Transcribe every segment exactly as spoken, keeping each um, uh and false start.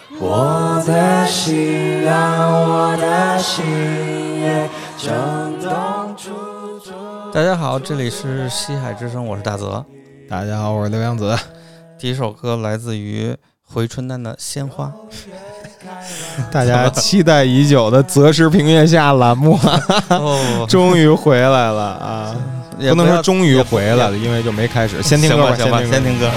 我的心让我的心也震动出。 大家好，这里是西海之声，我是大泽。 大家好，我是刘洋子。 第一首歌来自于回春丹的《鲜花》。 大家期待已久的泽时评月下栏目哦，终于回来了啊！不能说终于回来了，因为就没开始。先听歌吧， 先听歌。先听歌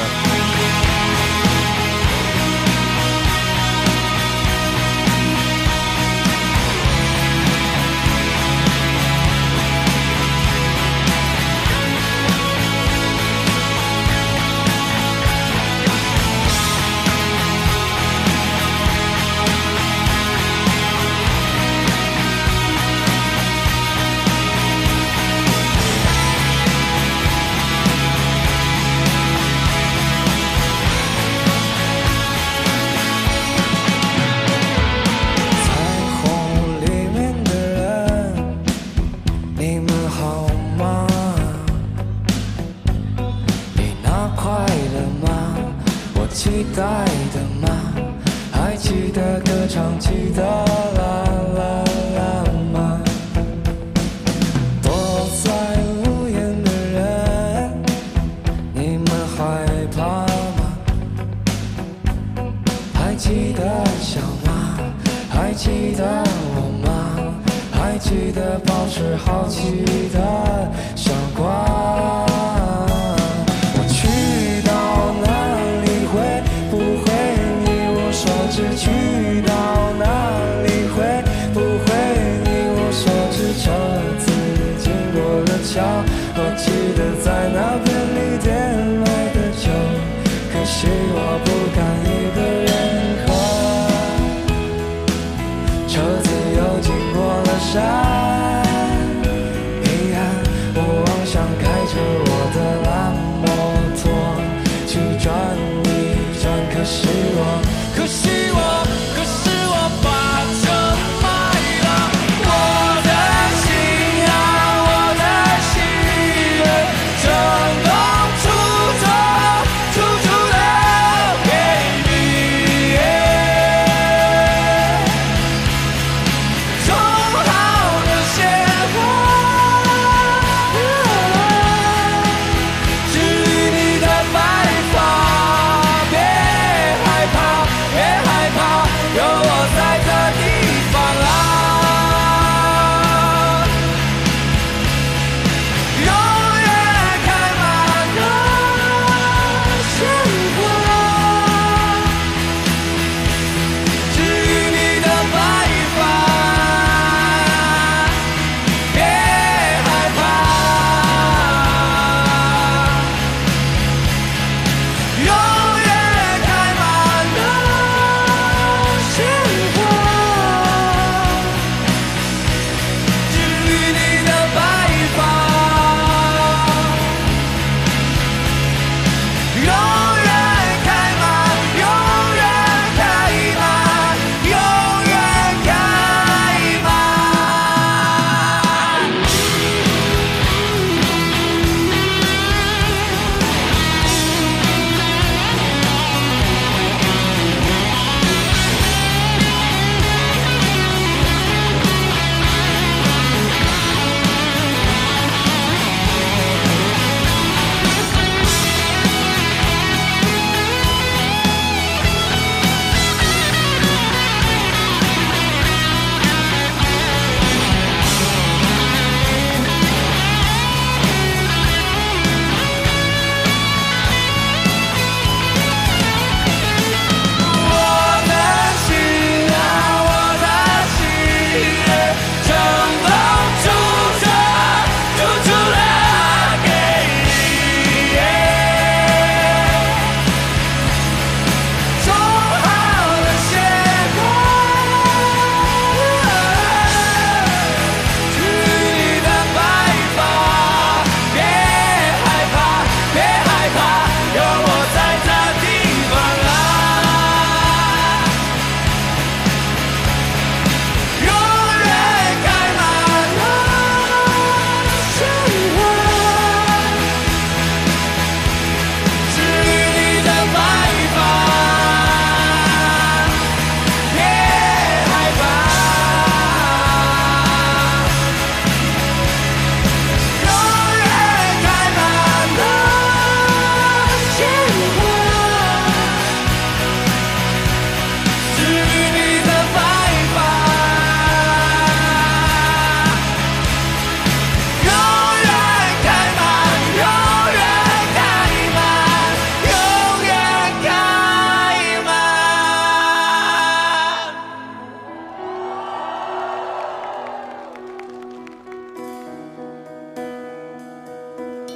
别害怕，别害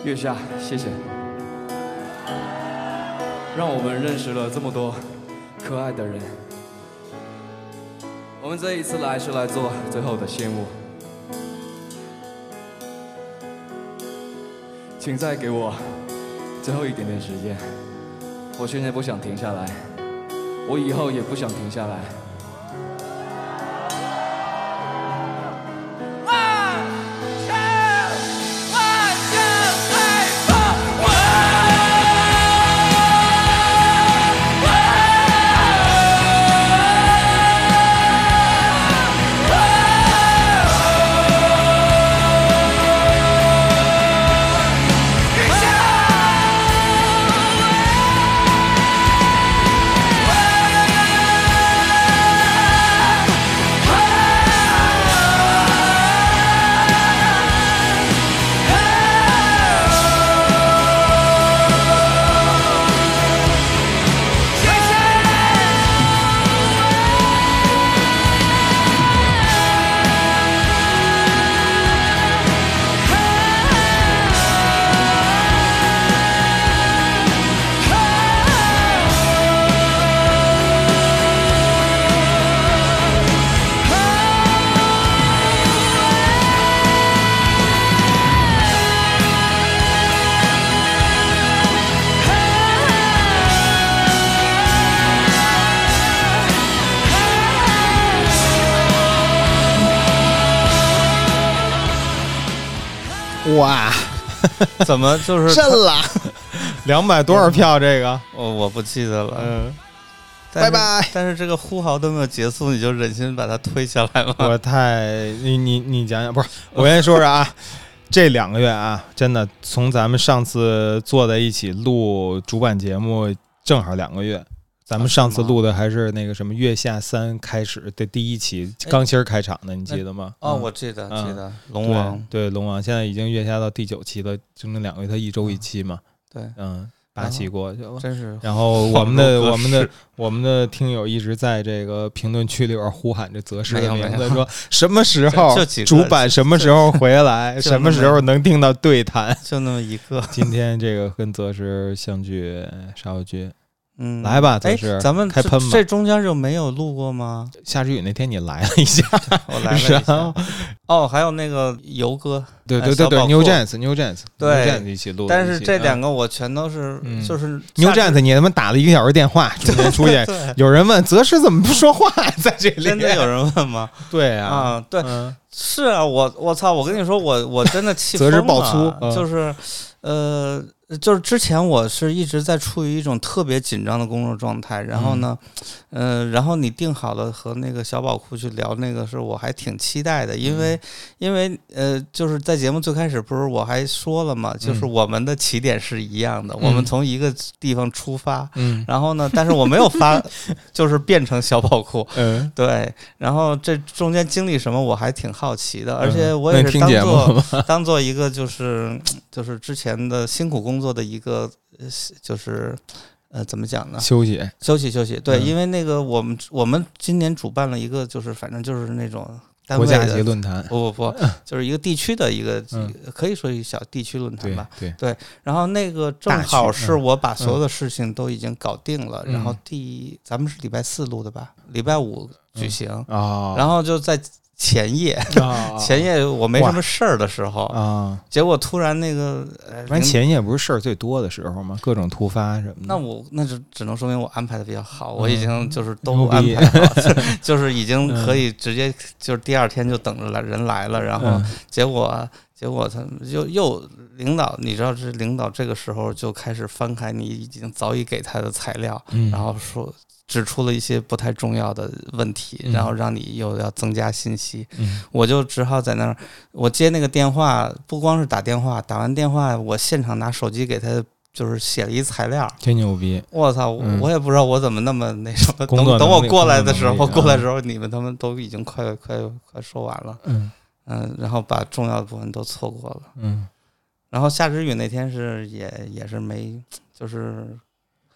月下，谢谢，让我们认识了这么多可爱的人。我们这一次来是来做最后的谢幕，请再给我最后一点点时间。我现在不想停下来，我以后也不想停下来。 哇， 怎么就是震了？两百多少票？这个我我不记得了。 嗯， 拜拜。 但是这个呼号都没有结束，你就忍心把它推下来吗？ 我太你你你讲讲，不是我跟你说说啊，这两个月啊，真的从咱们上次坐在一起录主板节目，正好两个月。咱们上次录的还是那个什么月下三开始的第一期钢芯开场的，你记得吗？ 哦，我记得，记得龙王， 对龙王，现在已经月下到第九期了，整整两个月，它一周一期嘛。 对， 嗯，八期过去了， 真是。 然后我们的我们的我们的听友一直在这个评论区里边呼喊着泽师的名字，说什么时候主板什么时候回来，什么时候能听到对谈， 就那么一个。 今天这个跟泽师相聚沙有居。 嗯， 来吧，泽师， 咱们开喷吧。 这中间就没有录过吗？ 夏之雨那天你来了一下， 我来了一下。哦，还有那个游哥， 对对对对 ，New Jazz，New Jazz， 对 ，New Jazz 一起录。 但是这两个我全都是， 嗯、 就是 New Jazz， 你他妈打了一个小时电话，中间出现有人问泽师怎么不说话，在这里真的有人问吗？ 对啊， 啊，对， 嗯、 是啊，我我操，我跟你说，我我真的气疯了， 泽师爆粗， 嗯、就是，呃。就是之前我是一直在处于一种特别紧张的工作状态，然后呢，嗯、呃，然后你定好了和那个小宝库去聊那个事，我还挺期待的，因为、嗯、因为呃，就是在节目最开始不是我还说了嘛，就是我们的起点是一样的，嗯、我们从一个地方出发，嗯，然后呢，但是我没有发，就是变成小宝库，嗯，对，然后这中间经历什么我还挺好奇的，而且我也是当做当做一个就是就是之前的辛苦工作的一个就是呃怎么讲呢？ 休息休息休息，对， 嗯、 因为那个我们我们今年主办了一个就是反正就是那种单位国家级论坛， 不不不，就是一个地区的一个、嗯、可以说一个小地区论坛吧， 对对, 对。然后那个正好是我把所有的事情都已经搞定了，嗯、然后第咱们是礼拜四录的吧，礼拜五举行啊、 嗯哦， 然后就在。前夜，哦、前夜我没什么事儿的时候啊，结果突然那个， 完、呃、前夜不是事儿最多的时候吗？各种突发什么的。 那我那就只能说明我安排的比较好，嗯、我已经就是都安排好，就是已经可以直接就是第二天就等着来人来了，然后结果结果他又又领导，你知道这领导这个时候就开始翻开你已经早已给他的材料，嗯、然后说。指出了一些不太重要的问题，嗯、然后让你又要增加信息，嗯、我就只好在那儿，我接那个电话，不光是打电话，打完电话我现场拿手机给他就是写了一材料， 真牛逼！ 我操，嗯、我也不知道我怎么那么那什么，等等我过来的时候，过来的时候你们他们都已经快快快说完了，嗯嗯，然后把重要的部分都错过了，嗯，然后夏之雨那天是也也是没就是。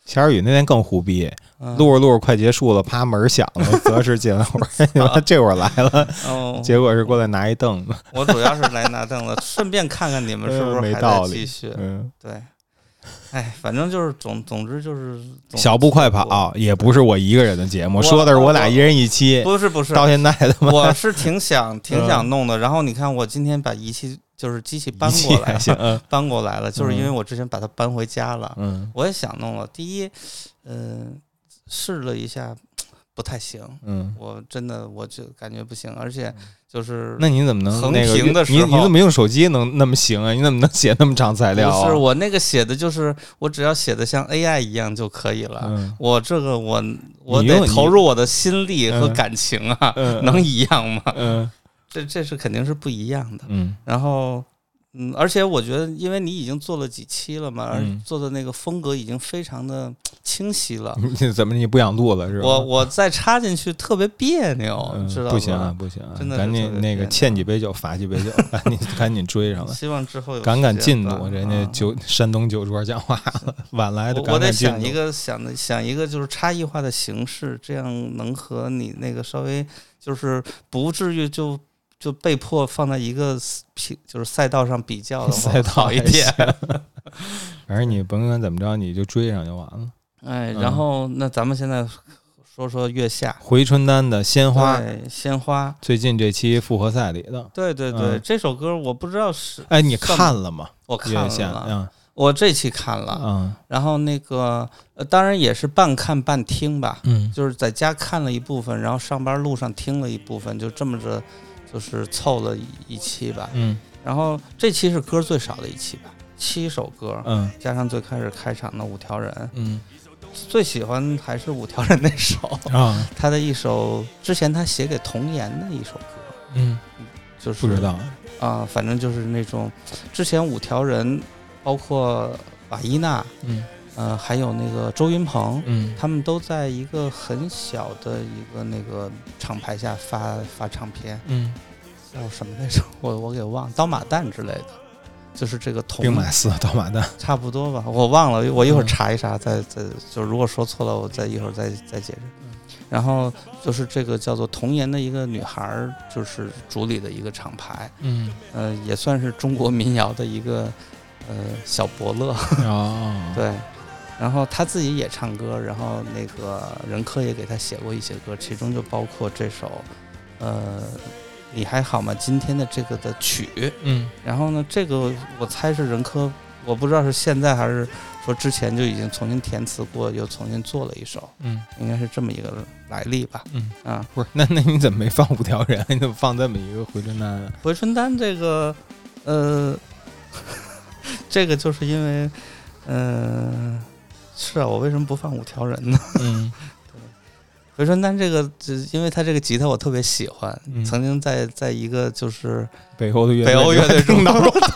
夏尔宇那天更胡逼， 嗯、 录着录着快结束了，啪门响了，择时进来会儿，这会儿来了， 哦， 结果是过来拿一凳子。 我主要是来拿凳子，顺便看看你们是不是还在继续。 嗯， 对。哎，反正就是总总之就是小步快跑，也不是我一个人的节目，说的是我俩一人一期， 不是不是， 到现在的吗？ 我是挺想挺想弄的。然后你看，我今天把仪器就是机器搬过来了， 嗯、 搬过来了，就是因为我之前把它搬回家了。 嗯， 我也想弄了。第一，嗯、呃，试了一下，不太行。 嗯， 我真的我就感觉不行，而且就是， 那你怎么能横那个屏的时候， 你你怎么用手机能那么行啊？你怎么能写那么长材料、啊？ 不是我那个写的就是我只要写的像 A I 一样就可以了。 嗯、 我这个我我得投入我的心力和感情啊， 嗯、 能一样吗？ 嗯， 这这是肯定是不一样的。 嗯， 然后。嗯，而且我觉得，因为你已经做了几期了嘛，而做的那个风格已经非常的清晰了。 你怎么你不想录了是吧？ 我我再插进去特别别扭， 嗯、 知道吧？ 不行啊，不行啊！ 真的赶紧那个欠几杯酒罚几杯酒，赶紧赶紧追上来。 希望之后有赶赶进度，人家酒、 啊、 山东酒桌讲话了，晚来的赶赶进度。 我得想一个想的想一个就是差异化的形式，这样能和你那个稍微就是不至于就。就被迫放在一个就是赛道上比较的话好一点， 反正你甭管怎么着，你就追上就完了。 哎，然后、嗯、那咱们现在说说月下回春丹的鲜花， 对，鲜花， 最近这期复活赛里的， 对对对、嗯，这首歌我不知道是， 哎，你看了吗？ 我看了， 嗯， 我这期看了， 嗯， 然后那个、呃、当然也是半看半听吧， 嗯， 就是在家看了一部分，然后上班路上听了一部分，就这么着。就是凑了一期吧， 嗯， 然后这期是歌最少的一期吧，七首歌， 嗯， 加上最开始开场的五条人， 嗯， 最喜欢还是五条人那首啊， 他的一首之前他写给童颜的一首歌， 嗯， 就是不知道啊，反正就是那种之前五条人，包括瓦伊娜， 嗯。 呃，还有那个周云鹏， 嗯， 他们都在一个很小的一个那个厂牌下发发唱片， 嗯， 叫什么来着？我我给忘，刀马旦之类的，就是这个同兵马司刀马旦， 差不多吧，我忘了，我一会儿查一查，嗯、再再就如果说错了，我再一会儿再再解释。然后就是这个叫做童颜的一个女孩，就是主理的一个厂牌， 嗯， 呃，也算是中国民谣的一个呃小伯乐， 哦， 对。然后他自己也唱歌，然后那个任科也给他写过一些歌，其中就包括这首，呃，你还好吗？今天的这个的曲， 嗯， 然后呢，这个我猜是任科，我不知道是现在还是说之前就已经重新填词过，又重新做了一首， 嗯， 应该是这么一个来历吧， 嗯啊， 不是，那那你怎么没放五条人？你怎么放这么一个回春丹啊？ 回春丹这个，呃，这个就是因为，嗯、呃。是啊，我为什么不放五条人呢？ 嗯， 对，回春丹这个，因为他这个吉他我特别喜欢， 嗯、 曾经在在一个就是北欧的乐北欧乐队中当过。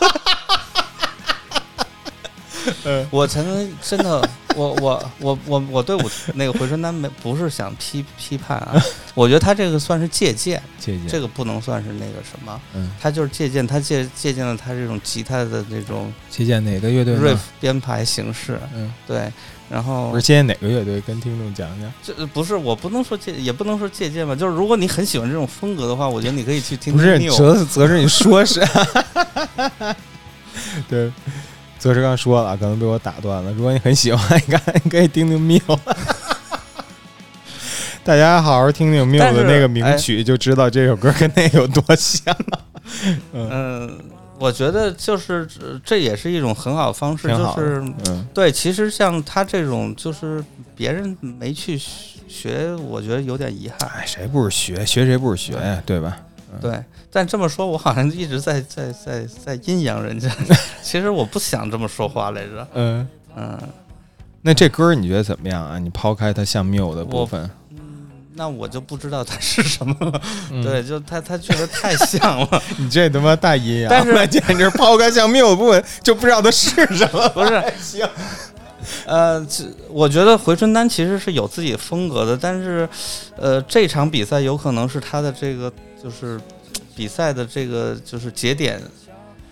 嗯， 我曾经真的，我我我我我对我那个回春丹没不是想批批判啊，我觉得他这个算是借鉴， 借鉴这个不能算是那个什么， 嗯， 他就是借鉴，他借借鉴了他这种吉他的那种借鉴哪个乐队 riff 编排形式， 嗯， 对。然后不是借鉴哪个乐队，跟听众讲讲。 这不是我不能说借，也不能说借鉴吧。就是如果你很喜欢这种风格的话，我觉得你可以去听听。 不是泽泽是你说是，对，泽是刚说了，可能被我打断了。如果你很喜欢，你看你可以听听 Miu。大家好好听听 Miu 的那个名曲，就知道这首歌跟那个有多像。 嗯。嗯我觉得就是这也是一种很好的方式，就是嗯， 对，其实像他这种就是别人没去学，我觉得有点遗憾。 哎，谁不是学学谁不是学呀，对吧？ 嗯、对，但这么说，我好像一直在在在在阴阳人家，其实我不想这么说话来着。 嗯嗯， 那这歌你觉得怎么样啊？你抛开它像缪的部分。 那我就不知道它是什么了， 嗯、 对，就它它确实太像了。 你这他妈大阴阳！ 但是简直抛开像缪的部分，就不知道它是什么。 不是， 行。 呃，我觉得回春丹其实是有自己风格的，但是，呃，这场比赛有可能是他的这个就是比赛的这个就是节点，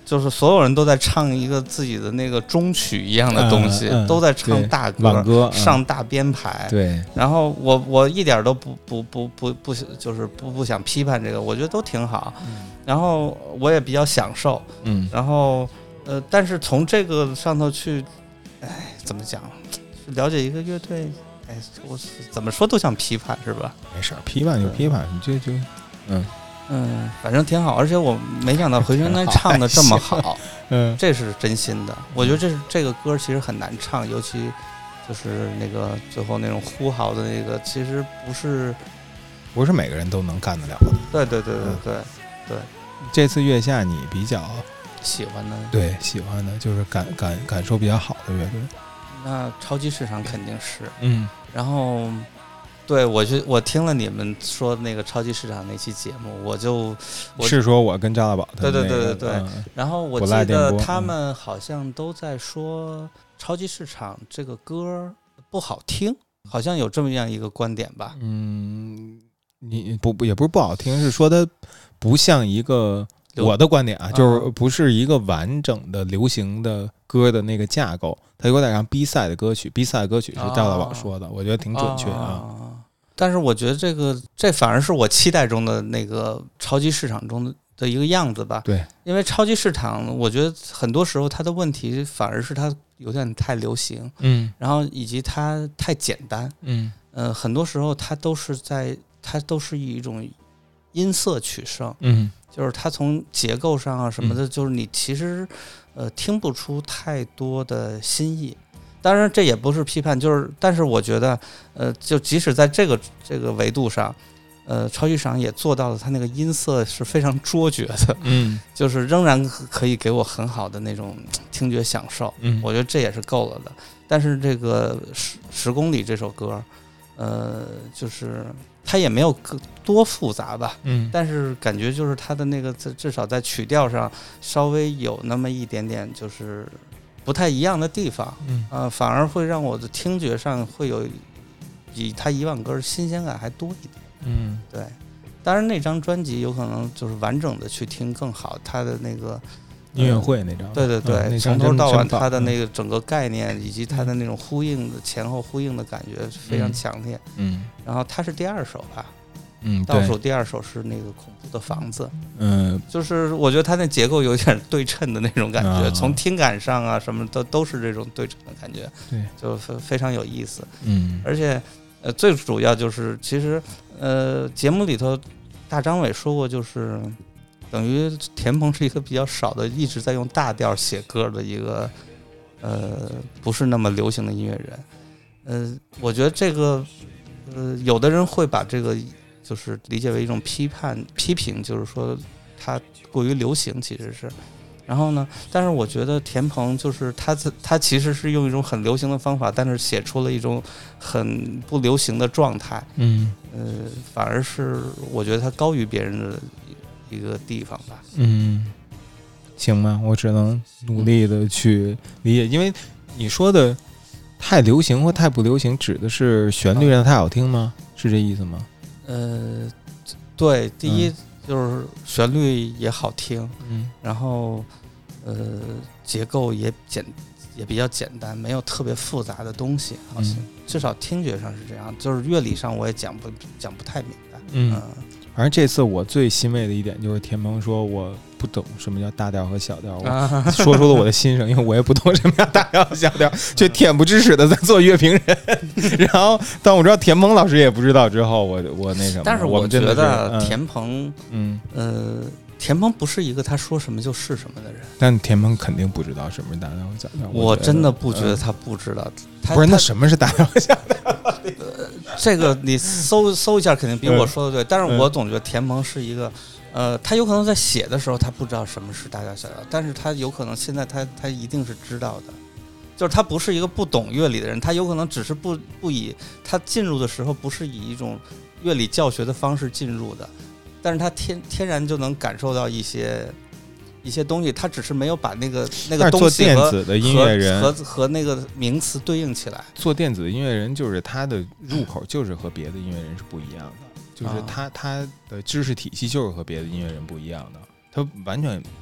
就是所有人都在唱一个自己的那个中曲一样的东西， 嗯嗯、 都在唱大歌、 挽歌、 嗯、上大编排。 对， 然后我我一点都不不不不不就是不不想批判这个，我觉得都挺好。嗯、然后我也比较享受。 嗯， 然后呃，但是从这个上头去，哎，怎么讲？了解一个乐队，哎，我怎么说都像批判，是吧？ 没事，批判就批判，你就就嗯。 嗯，反正挺好，而且我没想到回旋丹唱的这么好， 嗯， 这是真心的。我觉得这是这个歌其实很难唱，尤其就是那个最后那种呼号的那个，其实不是不是每个人都能干得了的。 对对对对对、嗯、对。 这次月下你比较喜欢的， 对喜欢的就是感感感受比较好的乐队， 那超级市场肯定是， 嗯， 然后。对，我就我听了你们说那个超级市场那期节目，我就我是说我跟赵大宝的、那个、 对对对对对、嗯，然后我记得他们好像都在说超级市场这个歌不好听，好像有这么样一个观点吧？ 嗯，你不也不是不好听，是说它不像一个我的观点啊，就是不是一个完整的流行的歌的那个架构，它有点像 B 赛的歌曲 ，B 赛的歌曲是赵大宝说的，我觉得挺准确啊。 但是我觉得这个这反而是我期待中的那个超级市场中的的一个样子吧。 对， 因为超级市场，我觉得很多时候它的问题反而是它有点太流行， 嗯， 然后以及它太简单， 嗯， 呃，很多时候它都是在它都是以一种音色取胜， 嗯， 就是它从结构上啊什么的，嗯、就是你其实呃听不出太多的新意。当然这也不是批判，就是但是我觉得呃就即使在这个这个维度上，呃超级市场也做到了它那个音色是非常卓绝的， 嗯， 就是仍然可以给我很好的那种听觉享受， 嗯， 我觉得这也是够了的。但是这个十十公里这首歌呃就是它也没有多复杂吧， 嗯， 但是感觉就是它的那个至少在曲调上稍微有那么一点点就是不太一样的地方， 嗯， 呃，反而会让我的听觉上会有比他以往歌新鲜感还多一点， 嗯， 对。当然那张专辑有可能就是完整的去听更好，他的那个音乐会那张， 对对对， 嗯、 从头到尾他的那个整个概念以及他的那种呼应的、嗯、前后呼应的感觉非常强烈， 嗯， 然后他是第二首吧。 嗯， 倒数第二首是那个恐怖的房子， 嗯， 就是我觉得它那结构有点对称的那种感觉， 啊、 从听感上啊什么都都是这种对称的感觉， 对， 就非常有意思， 嗯， 而且呃最主要就是其实呃节目里头大张伟说过，就是等于田鹏是一个比较少的一直在用大调写歌的一个呃不是那么流行的音乐人，呃，我觉得这个呃有的人会把这个。就是理解为一种批判批评，就是说它过于流行其实是，然后呢但是我觉得田鹏就是他他其实是用一种很流行的方法，但是写出了一种很不流行的状态， 嗯呃反而是我觉得他高于别人的一个地方吧。 嗯，行吧，我只能努力的去理解，因为你说的太流行或太不流行指的是旋律让它太好听吗？是这意思吗？ 呃，对，第一、嗯、就是旋律也好听， 嗯， 然后呃结构也简也比较简单，没有特别复杂的东西，好像、嗯、至少听觉上是这样，就是乐理上我也讲不讲不太明白， 嗯，嗯反正这次我最欣慰的一点就是田鹏说我不懂什么叫大调和小调，我说出了我的心声，因为我也不懂什么叫大调和小调，却恬不知耻的在做乐评人。然后当我知道田鹏老师也不知道之后，我我那什么， 但是我觉得田鹏， 嗯呃，田鹏不是一个他说什么就是什么的人， 但田鹏肯定不知道什么是大调和小调。 我真的不觉得他不知道， 嗯、他不是那什么是大调和小调？ 呃，这个你搜搜一下，肯定比我说的对。但是我总觉得田鹏是一个，呃，他有可能在写的时候他不知道什么是大调小调，但是他有可能现在他他一定是知道的，就是他不是一个不懂乐理的人，他有可能只是不不以他进入的时候不是以一种乐理教学的方式进入的，但是他天天然就能感受到一些。一些东西，他只是没有把那个那个东西和做电子的音乐人和 和, 和那个名词对应起来。 做电子的音乐人就是他的入口就是和别的音乐人是不一样的，就是他他的知识体系就是和别的音乐人不一样的，他完全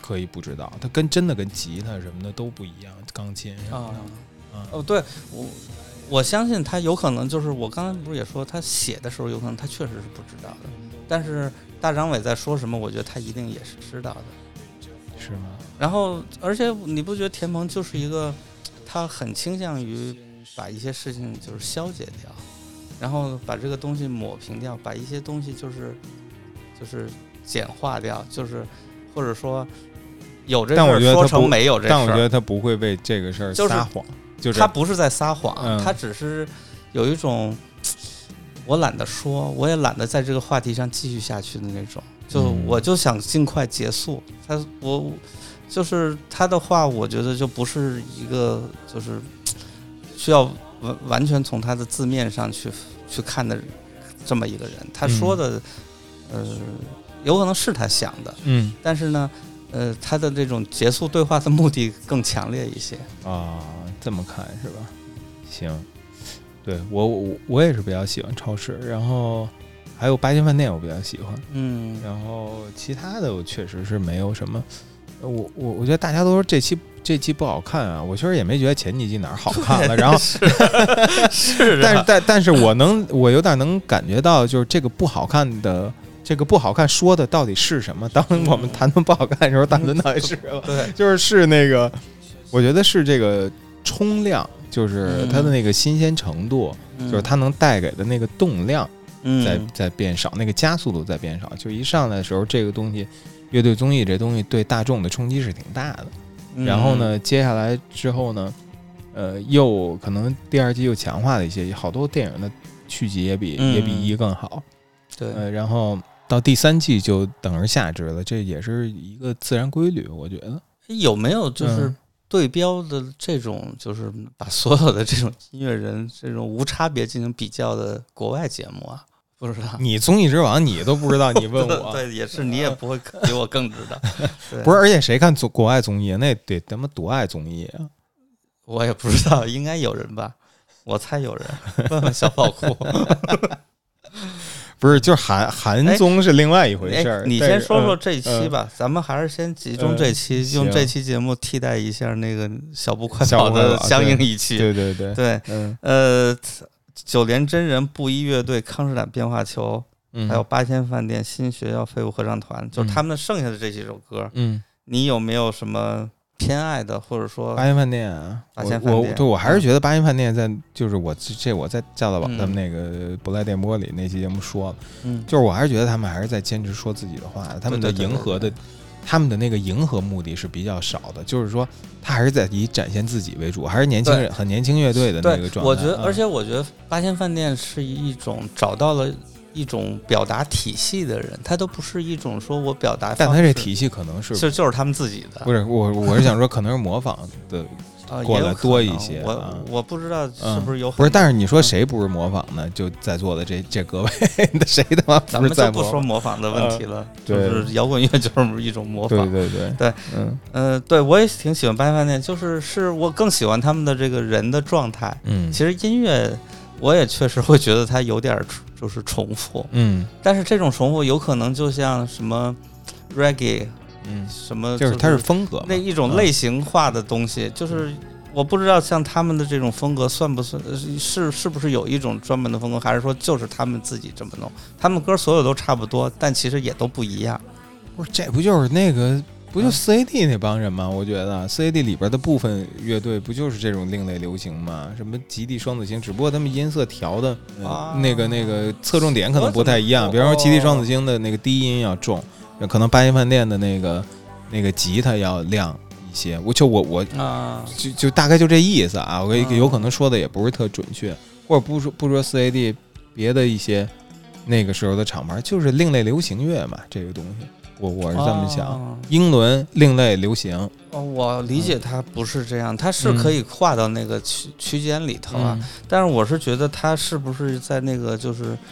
可以不知道，它跟真的跟吉他什么的都不一样，钢琴啊啊哦，对我我相信他有可能就是我刚才不是也说他写的时候有可能他确实是不知道的，但是大张伟在说什么，我觉得他一定也是知道的， 是吗？ 然后而且你不觉得田鹏就是一个他很倾向于把一些事情就是消解掉，然后把这个东西抹平掉，把一些东西就是就是简化掉，就是或者说有这事儿说成没有这事儿， 但我觉得他不会为这个事儿撒谎， 就是、他不是在撒谎、 嗯， 他只是有一种我懒得说，我也懒得在这个话题上继续下去的那种，就我就想尽快结束。他我就是他的话，我觉得就不是一个就是需要完完全从他的字面上去去看的这么一个人。他说的、嗯、呃，有可能是他想的， 嗯， 但是呢。呃，他的这种结束对话的目的更强烈一些啊，这么看是吧？行，对我我我也是比较喜欢超市，然后还有八仙饭店我比较喜欢， 嗯， 然后其他的我确实是没有什么，我我我觉得大家都说这期这期不好看啊，我确实也没觉得前几季哪儿好看了，然后是，是但是但但是我能我有点能感觉到，就是这个不好看的。这个不好看说的到底是什么？当我们谈论不好看的时候，谈论到底是什么？ 对， 就是是那个，我觉得是这个冲量，就是它的那个新鲜程度，嗯、就是它能带给的那个动量在、嗯、在变少，那个加速度在变少。就一上来的时候，这个东西，乐队综艺这东西对大众的冲击是挺大的。 嗯、 然后呢，接下来之后呢，呃，又可能第二季又强化了一些，好多电影的续集也比、嗯、也比一更好。 对， 呃，然后。到第三季就等而下之了，这也是一个自然规律，我觉得。 有没有就是对标的这种，就是把所有的这种音乐人这种无差别进行比较的国外节目啊？不知道。 你综艺之王你都不知道，你问我。 对，也是你也不会比我更知道。 不是，而且谁看国外综艺？那得他妈多爱综艺啊！ 我也不知道，应该有人吧？我猜有人。问问小宝库。 不是，就是韩韩综是另外一回事儿。 你先说说这一期吧、嗯，咱们还是先集中这期， 嗯、 用这期节目替代一下那个小步快跑的相应一期。 对对对对， 嗯、 呃，九连真人、布衣乐队、康士坦变化球， 嗯、 还有八仙饭店、新学校废物合唱团，就是他们剩下的这几首歌， 嗯， 你有没有什么偏爱的，或者说八仙饭店啊？ 八仙饭店， 我对我还是觉得八仙饭店在，就是我这我在教导网他们那个不赖电波里那期节目说了， 嗯， 就是我还是觉得他们还是在坚持说自己的话，他们的迎合的， 对对对对他们的那个迎合目的是比较少的，就是说他还是在以展现自己为主，还是年轻人很年轻乐队的那个状态。 我觉得， 嗯、 而且我觉得八仙饭店是一种找到了。一种表达体系的人，他都不是一种说我表达， 但他这体系可能是就就是他们自己的， 不是我我是想说可能是模仿的过来多一些， 我啊、 我不知道是不是有、嗯、 不是，但是你说谁不是模仿呢？就在座的这这各位，谁他妈咱们就不说模仿的问题了， 呃、 就是摇滚乐就是一种模仿， 对对对对， 嗯呃，对我也挺喜欢八仙饭店，就是是我更喜欢他们的这个人的状态， 嗯， 其实音乐我也确实会觉得它有点。就是重复， 嗯， 但是这种重复有可能就像什么 reggae， 嗯， 什么就是它是风格那一种类型化的东西，嗯、就是我不知道像他们的这种风格算不算是是不是有一种专门的风格，还是说就是他们自己这么弄？他们歌所有都差不多，但其实也都不一样。 不是，这不就是那个？不就四 A D 那帮人吗？我觉得四 A D 里边的部分乐队不就是这种另类流行吗？什么极地双子星，只不过他们音色调的、呃、那个那个侧重点可能不太一样。比方说极地双子星的那个低音要重，可能八仙饭店的那个那个吉他要亮一些。我就我我啊， 就就大概就这意思啊。我有可能说的也不是特准确，或者不说不说四 A D 别的一些那个时候的厂牌，就是另类流行乐嘛，这个东西。我我是这么想， 哦、 英伦另类流行。 哦，我理解它不是这样，它是可以划到那个区、嗯、区间里头啊、嗯。但是我是觉得它是不是在那个就是，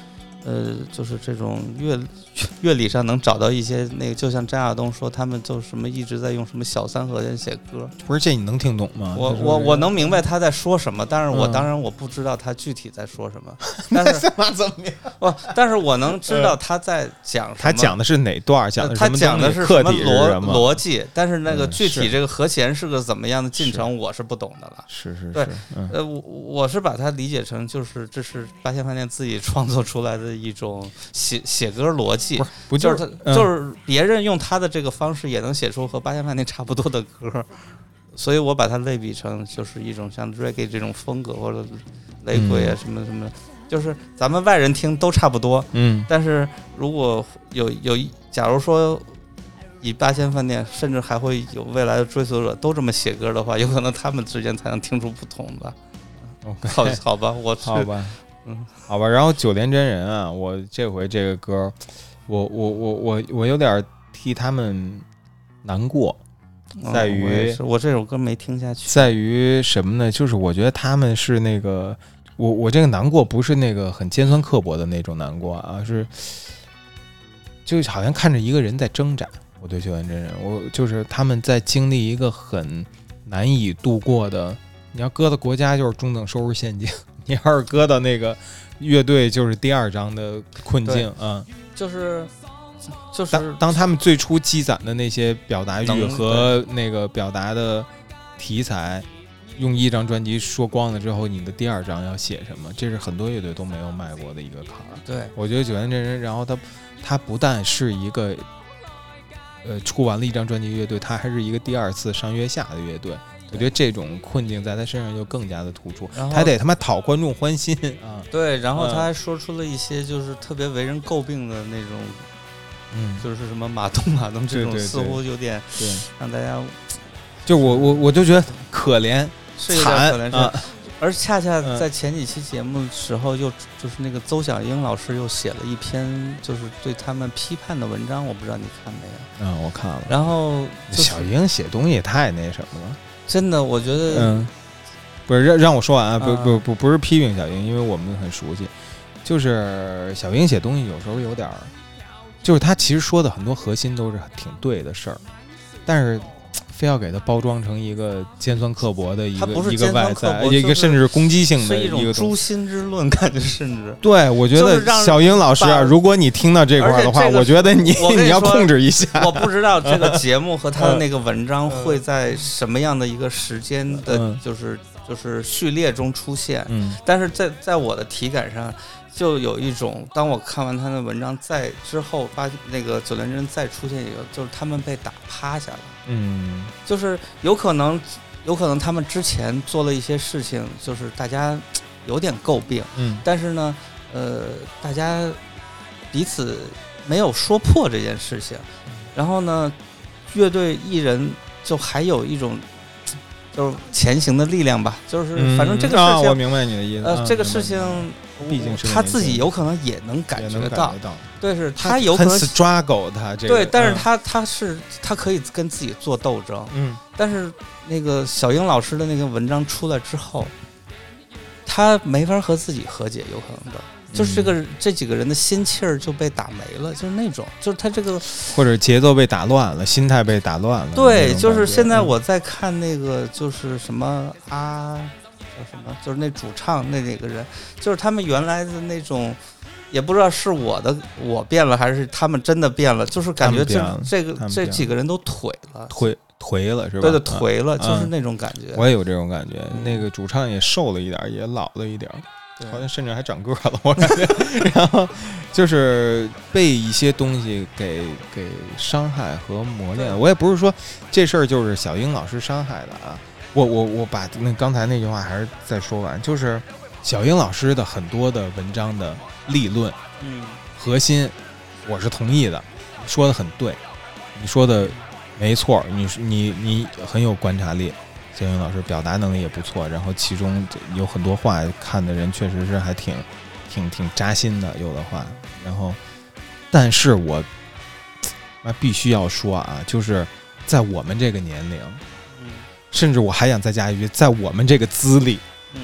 呃，就是这种乐乐理上能找到一些那个，就像张亚东说，他们就什么一直在用什么小三和弦写歌。 不是这你能听懂吗？ 我我我能明白他在说什么，但是我、嗯、当然我不知道他具体在说什么。但是那怎么样？ 我但是我能知道他在讲什么。 他讲的是哪段？讲的他讲的是什么逻逻辑，但是那个具体嗯、 这个和弦是个怎么样的进程，我是不懂的了。 是是是， 对， 嗯、 呃，我我是把它理解成就是这是八仙饭店自己创作出来的一种写写歌逻辑， 不是不就是他、嗯、就是别人用他的这个方式也能写出和八仙饭店差不多的歌，所以我把它类比成就是一种像 reggae 这种风格或者雷鬼啊什么什么。嗯就是咱们外人听都差不多， 嗯， 但是如果有有，假如说以八仙饭店，甚至还会有未来的追随者都这么写歌的话，有可能他们之间才能听出不同吧。 Okay, 好，好吧，我好吧，嗯，好吧。然后九连真人啊，我这回这个歌，我我我我我有点替他们难过，在于、 哦、我, 我这首歌没听下去， 在于什么呢？就是我觉得他们是那个。我我这个难过不是那个很尖酸刻薄的那种难过啊，是就好像看着一个人在挣扎。我对九连真人，我就是他们在经历一个很难以度过的，你要搁到国家就是中等收入陷阱，你要是搁到那个乐队就是第二章的困境啊， 就是就是当当他们最初积攒的那些表达欲和那个表达的题材。用一张专辑说光了之后，你的第二张要写什么？这是很多乐队都没有迈过的一个坎儿。 对， 我觉得九连真人，然后他他不但是一个呃出完了一张专辑乐队，他还是一个第二次上月下的乐队。我觉得这种困境在他身上就更加的突出，他得他妈讨观众欢心啊！ 对，然后他还说出了一些就是特别为人诟病的那种， 嗯， 就是什么马东马东这种， 对对对似乎有点对让大家， 就我我我就觉得可怜。 是有点可能是、 啊， 而恰恰在前几期节目的时候又，又就是那个邹小英老师又写了一篇，就是对他们批判的文章，我不知道你看没有？ 嗯，我看了。 然后、就是、 小英写东西也太那什么了， 真的，我觉得， 嗯，不是让让我说完啊，不不不不是批评小英，因为我们很熟悉，就是小英写东西有时候有点，就是他其实说的很多核心都是挺对的事儿，但是。非要给它包装成一个尖酸刻薄的一个一个外在，一个甚至是攻击性的一种诛心之论，感觉甚至对我觉得小英老师啊，如果你听到这块的话， 这个、 我觉得你你, 你要控制一下。 我不知道这个节目和他的那个文章会在什么样的一个时间的， 嗯、 就是就是序列中出现， 嗯， 但是在在我的体感上。就有一种，当我看完他的文章，在之后把那个九连真再出现一个，就是他们被打趴下了。 嗯， 就是有可能，有可能他们之前做了一些事情，就是大家有点诟病。 嗯， 但是呢，呃，大家彼此没有说破这件事情。然后呢，乐队艺人就还有一种。就是前行的力量吧，就是反正这个事情， 嗯啊、我明白你的意思。 呃， 啊、 这个事情， 毕竟是他自己有可能也能感觉到， 到对，是他有可能抓狗他这个， 对，但是他、嗯、他是他可以跟自己做斗争， 嗯， 但是那个小英老师的那个文章出来之后，他没法和自己和解，有可能的。就是这个、嗯、这几个人的心气儿就被打没了，就是那种，就是他这个或者节奏被打乱了，心态被打乱了。 对，就是现在我在看那个，就是什么啊，叫什么，就是那主唱那哪个人，就是他们原来的那种，也不知道是我的我变了还是他们真的变了，就是感觉这这个这几个人都颓了， 颓颓了是吧？ 对对，颓了， 嗯、 就是那种感觉。 我也有这种感觉，嗯、那个主唱也瘦了一点，也老了一点。好像甚至还长个了，我感觉。然后就是被一些东西给给伤害和磨练。我也不是说这事儿就是小英老师伤害的啊。我我我把那刚才那句话还是再说完，就是小英老师的很多的文章的立论， 嗯， 核心我是同意的，你说的很对，你说的没错，你你你很有观察力。小英老师表达能力也不错，然后其中有很多话看的人确实是还挺挺挺扎心的，有的话。然后，但是我啊必须要说啊，就是在我们这个年龄， 嗯， 甚至我还想再加一句，在我们这个资历， 嗯，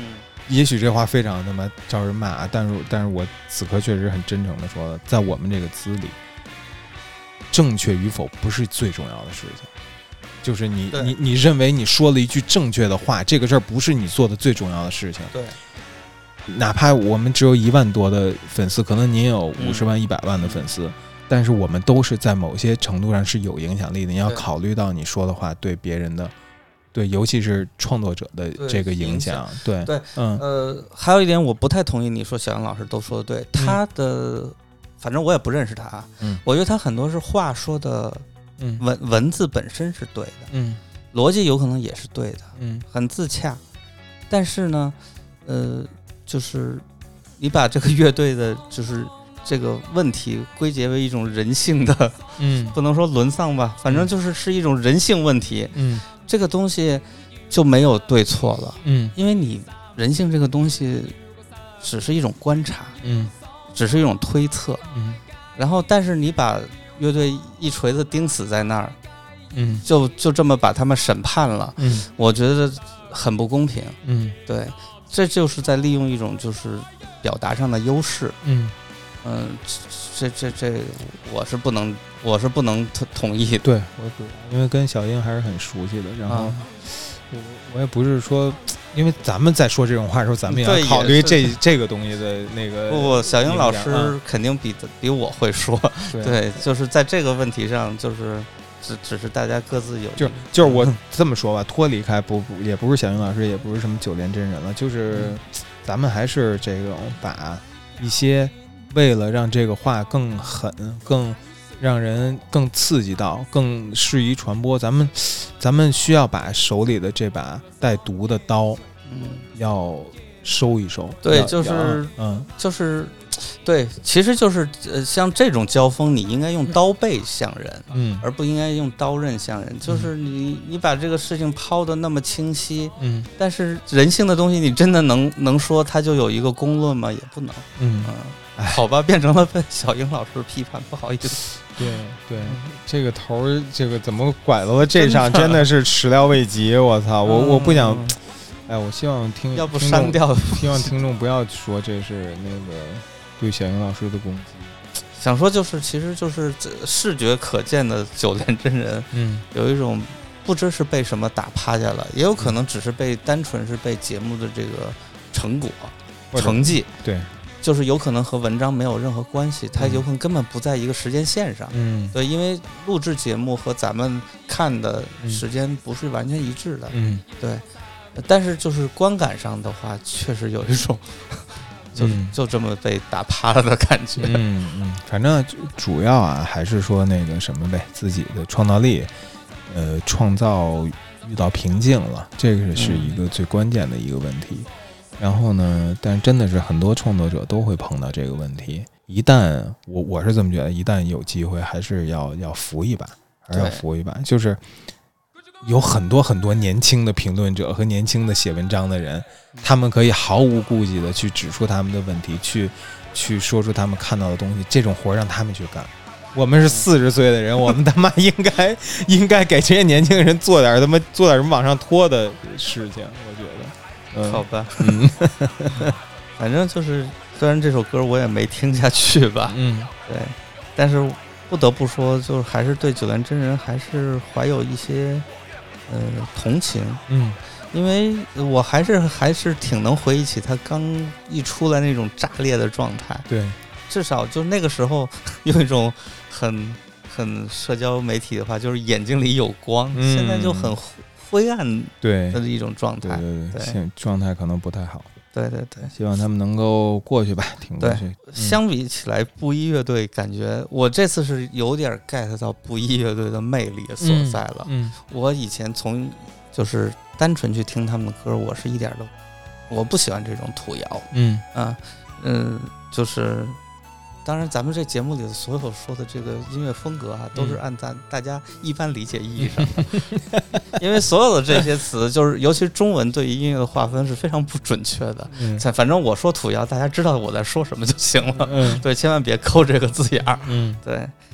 也许这话非常他妈招人骂，但是但是我此刻确实很真诚的说了，在我们这个资里，正确与否不是最重要的事情。就是你你你认为你说了一句正确的话，这个事儿不是你做的最重要的事情。 对， 哪怕我们只有一万多的粉丝，可能您有五十万、一百万的粉丝，但是我们都是在某些程度上是有影响力的。你要考虑到你说的话对别人的，对，尤其是创作者的这个影响。对对， 嗯呃，还有一点我不太同意你说小杨老师都说的对，他的、嗯、反正我也不认识他，嗯，我觉得他很多是话说的。嗯，文文字本身是对的，嗯，逻辑有可能也是对的，嗯，很自洽，但是呢，呃，就是你把这个乐队的，就是这个问题归结为一种人性的，嗯，不能说沦丧吧，反正就是是一种人性问题，嗯，这个东西就没有对错了，嗯，因为你人性这个东西只是一种观察，嗯，只是一种推测，嗯，然后但是你把乐队一锤子钉死在那儿，嗯，就就这么把他们审判了，嗯，我觉得很不公平，嗯，对，这就是在利用一种就是表达上的优势，嗯嗯、呃，这这这我是不能我是不能同意的， 对，我主因为跟小英还是很熟悉的，然后我、啊、我也不是说。因为咱们在说这种话的时候，咱们也要考虑这这个东西的那个。 不不，小英老师肯定比比我会说。对, 对，就是在这个问题上，就是只只是大家各自有。 就就是我这么说吧，脱离开不不也不是小英老师，也不是什么九连真人了，就是咱们还是这种把一些为了让这个话更狠、更让人更刺激到、更适宜传播，咱们。咱们需要把手里的这把带毒的刀，嗯，要收一收。 对，就是嗯，就是对，其实就是呃，像这种交锋，你应该用刀背向人，嗯，而不应该用刀刃向人。就是你你把这个事情抛得那么清晰，嗯，但是人性的东西，你真的能能说它就有一个公论吗？也不能，嗯。嗯好吧，变成了被小英老师批判，不好意思。 对对，这个头儿，这个怎么拐到了这上，真的是始料未及。我操，我我不想，哎，我希望听要不删掉， 希望听众不要说这是那个对小英老师的攻击。 想说就是，其实就是视觉可见的九连真人，嗯，有一种不知是被什么打趴下了，也有可能只是被单纯是被节目的这个成果、成绩， 对。 就是有可能和文章没有任何关系，它有可能根本不在一个时间线上。嗯，对，因为录制节目和咱们看的时间不是完全一致的。嗯，对。但是就是观感上的话，确实有一种就、嗯、就这么被打趴了的感觉。 嗯嗯，反正主要啊，还是说那个什么呗，自己的创造力，呃，创造遇到瓶颈了，这个是一个最关键的一个问题。嗯，然后呢？但真的是很多创作者都会碰到这个问题。一旦我我是这么觉得，一旦有机会，还是要要扶一把，还是要扶一把。就是有很多很多年轻的评论者和年轻的写文章的人，他们可以毫无顾忌的去指出他们的问题，去去说出他们看到的东西。这种活让他们去干。我们是四十岁的人，我们他妈应该应该给这些年轻人做点他妈做点什么往上拖的事情，我觉得。 嗯、好吧，嗯，反正就是虽然这首歌我也没听下去吧，嗯，对，但是不得不说，就是还是对九连真人还是怀有一些呃同情，嗯，因为我还是还是挺能回忆起他刚一出来那种炸裂的状态， 对， 至少就那个时候有一种很很社交媒体的话，就是眼睛里有光，嗯、现在就很灰暗对的一种状态， 对对对，对状态可能不太好。 对对对， 希望他们能够过去吧，挺过去。 嗯、相比起来，布衣乐队感觉我这次是有点 get 到布衣乐队的魅力所在了。嗯，嗯我以前从就是单纯去听他们的歌，我是一点都我不喜欢这种土谣。嗯啊嗯，就是当然咱们这节目里的所有说的这个音乐风格啊，都是按咱大家一般理解意义上的，因为所有的这些词，就是尤其是中文对于音乐的划分是非常不准确的。嗯，反正我说土谣，大家知道我在说什么就行了。嗯，对，千万别抠这个字眼儿。嗯，对。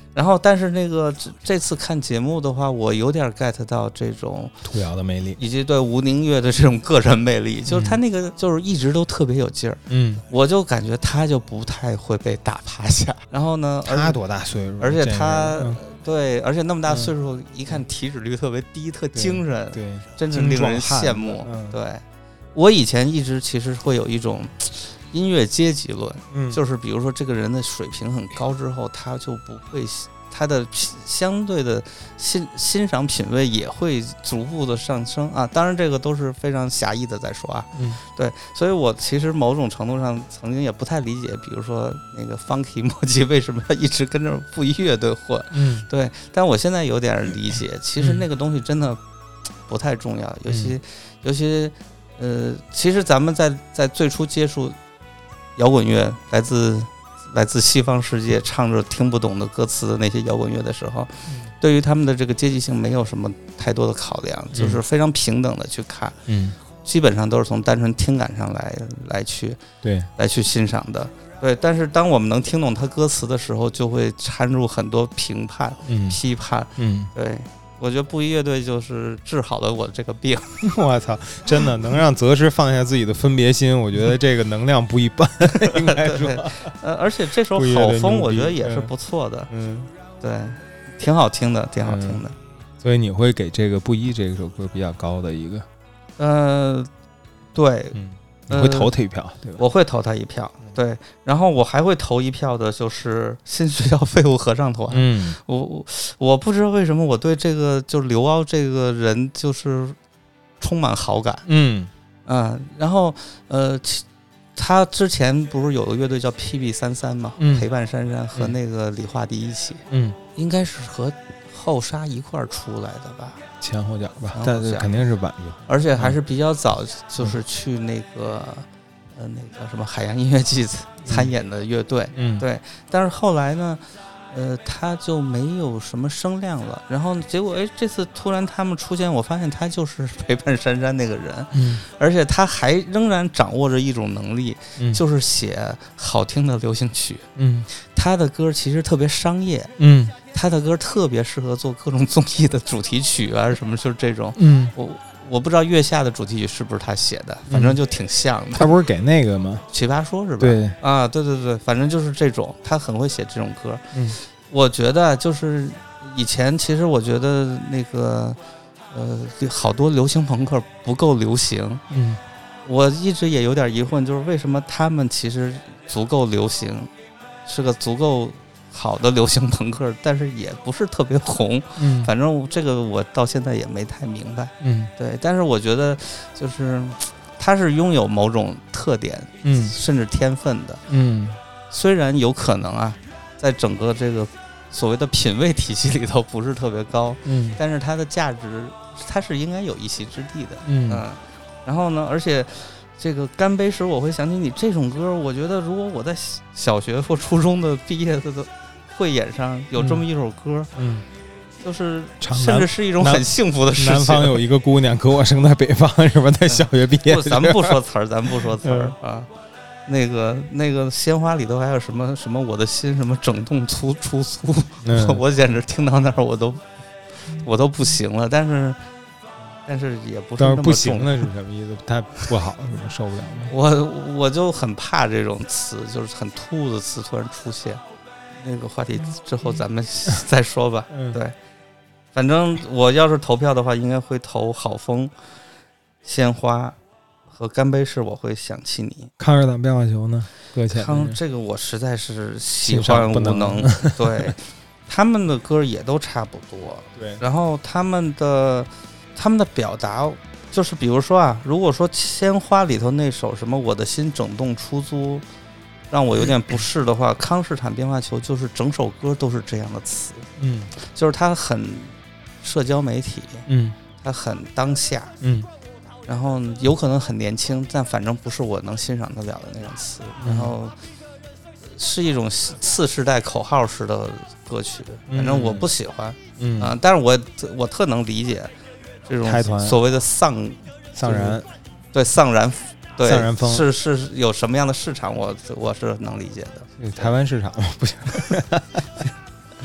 然后，但是那个这这次看节目的话，我有点 get 到这种兔瑶的魅力， 以及对吴宁月的这种个人魅力，就是他那个就是一直都特别有劲儿。 嗯， 我就感觉他就不太会被打趴下。然后呢， 他多大岁数？ 而且他、 嗯、 对，而且那么大岁数，嗯、一看体脂率特别低，特精神， 对， 真是令人羡慕。 嗯、 对，我以前一直其实会有一种音乐阶级论， 嗯， 就是比如说这个人的水平很高之后，他就不会。他的相对的欣欣赏品味也会逐步的上升啊，当然这个都是非常狭义的在说啊， 嗯， 对，所以我其实某种程度上曾经也不太理解，比如说那个 Funky 莫吉为什么要一直跟着布衣乐队混， 嗯， 对，但我现在有点理解，其实那个东西真的不太重要，尤其、嗯、尤其呃，其实咱们在在最初接触摇滚乐，来自。来自西方世界唱着听不懂的歌词的那些摇滚乐的时候，嗯、对于他们的这个阶级性没有什么太多的考量，嗯、就是非常平等的去看， 嗯， 基本上都是从单纯听感上来来去对来去欣赏的，对。但是当我们能听懂他歌词的时候，就会掺入很多评判、 嗯、 批判， 嗯， 对。我觉得布衣乐队就是治好了我这个病。 我操，真的能让泽师放下自己的分别心，我觉得这个能量不一般。应该说， 对对呃，而且这首《好风》我觉得也是不错的， 嗯， 对，挺好听的，挺好听的。 嗯、所以你会给这个布衣这首歌比较高的一个？ 呃，对， 嗯，你会投他一票， 呃、 对吧？ 我会投他一票。对，然后我还会投一票的，就是新学校废物合唱团。 嗯， 我我我不知道为什么我对这个就是刘骜这个人就是充满好感。 嗯嗯，然后呃，他之前不是有个乐队叫 P B 三三嘛， 嗯、 陪伴珊珊和那个李化迪一起， 嗯， 应该是和后沙一块儿出来的吧， 前后脚吧，但是肯定是晚一， 而且还是比较早，就是去那个。呃，那个叫什么海洋音乐季参演的乐队， 嗯， 对，但是后来呢，呃，他就没有什么声量了。然后结果，哎，这次突然他们出现，我发现他就是陪伴珊珊那个人， 嗯， 而且他还仍然掌握着一种能力， 嗯， 就是写好听的流行曲， 嗯， 他的歌其实特别商业， 嗯， 他的歌特别适合做各种综艺的主题曲啊什么，就是这种， 嗯， 我。我不知道月下的主题曲是不是他写的，反正就挺像的。 他不是给那个吗？ 奇葩说是吧？ 对啊，对对对，反正就是这种，他很会写这种歌。 嗯， 我觉得就是以前其实我觉得那个呃好多流行朋克不够流行。 嗯， 我一直也有点疑惑，就是为什么他们其实足够流行，是个足够好的流行朋克，但是也不是特别红。 嗯， 反正这个我到现在也没太明白。 嗯， 对，但是我觉得就是他是拥有某种特点， 嗯， 甚至天分的。 嗯， 虽然有可能啊，在整个这个所谓的品味体系里头不是特别高， 嗯， 但是它的价值，它是应该有一席之地的。 嗯， 呃、然后呢，而且。这个干杯时，我会想起你这种歌。我觉得，如果我在小学或初中的毕业的汇演上有这么一首歌， 嗯， 就是甚至是一种很幸福的事情。 南方有一个姑娘，可我生在北方，是吧？在小学毕业， 不，咱们不说词儿，咱们不说词儿啊。那个那个鲜花里头还有什么什么我的心什么整动粗出粗， 嗯、 我简直听到那儿我都我都不行了。但是。但是也不是那么重， 不行了是什么意思？太不好，受不了了。 我我就很怕这种词，就是很突兀的词突然出现。那个话题之后咱们再说吧。 嗯、 对，反正我要是投票的话，应该会投好风、鲜花和干杯式。我会想起你。 抗日党变化球呢？搁浅抗这个我实在是喜欢无能。能对，他们的歌也都差不多。 对， 然后他们的。他们的表达就是，比如说啊，如果说鲜花里头那首什么我的心整栋出租让我有点不适的话，康士坦变化球就是整首歌都是这样的词， 嗯， 就是它很社交媒体， 嗯， 它很当下， 嗯， 然后有可能很年轻，但反正不是我能欣赏得了的那种词，然后是一种次世代口号式的歌曲，反正我不喜欢， 嗯啊，但是我我特能理解。这种所谓的丧丧然， 对丧然，对丧然风是是有什么样的市场，我我是能理解的。 台湾市场不行，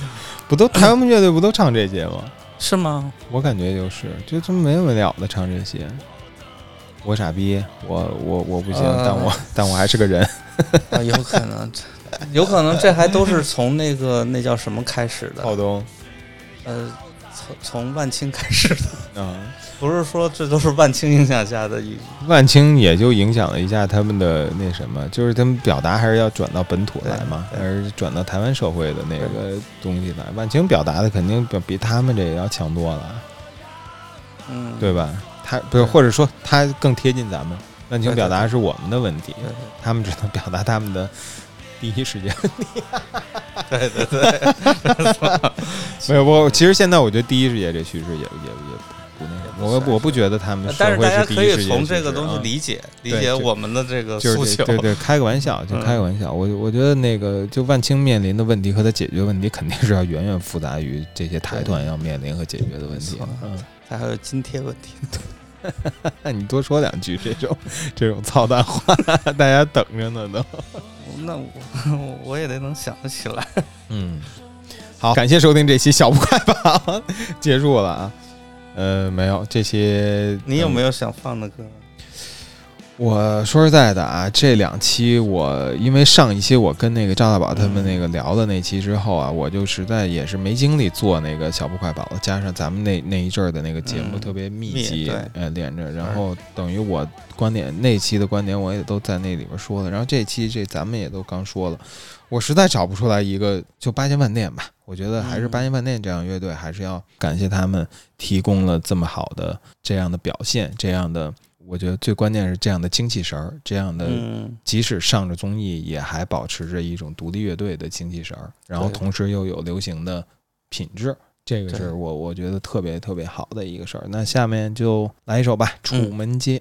不都台湾乐队不都唱这些吗？ 是吗？ 我感觉就是，就这么没完没了的唱这些。我傻逼，我我我不行，呃、但我但我还是个人。 啊，有可能，有可能这还都是从那个那叫什么开始的？ 浩东， 呃，从从万青开始的啊， 不是说这都是万青影响下的一。 万青也就影响了一下他们的那什么，就是他们表达还是要转到本土来嘛，还是转到台湾社会的那个东西来。万青表达的肯定比他们这个要强多了， 嗯， 对吧？他不是，或者说他更贴近咱们。万青表达是我们的问题， 对对对， 他们只能表达他们的第一世界问题。 对对对， 没有我，其实现在我觉得第一世界这趋势也也也不那什么，我我不觉得他们社会是第一世界趋势。但是大家可以从这个东西理解、啊、理解我们的这个诉求。 对 对, 对，开个玩笑，就开个玩笑。嗯、我我觉得那个就万青面临的问题和他解决问题，肯定是要远远复杂于这些台团要面临和解决的问题。 嗯，他还有津贴问题。 你多说两句这种这种操蛋话，大家等着呢都。 那我我也得能想得起来。 嗯，好，感谢收听这期小不快吧，结束了啊。呃，没有这期， 你有没有想放的歌？ 我说实在的啊，这两期我因为上一期我跟那个赵大宝他们那个聊的那期之后啊，嗯、我就实在也是没精力做那个小不快宝了，加上咱们那那一阵儿的那个节目特别密集，嗯、呃连着，然后等于我观点那期的观点我也都在那里边说了，然后这期这咱们也都刚说了，我实在找不出来一个就八千万店吧，我觉得还是八千万店这样乐队还是要感谢他们提供了这么好的这样的表现，这样的。我觉得最关键是这样的精气神儿，这样的即使上着综艺也还保持着一种独立乐队的精气神儿，然后同时又有流行的品质，这个是我我觉得特别特别好的一个事儿。那下面就来一首吧，《楚门街》。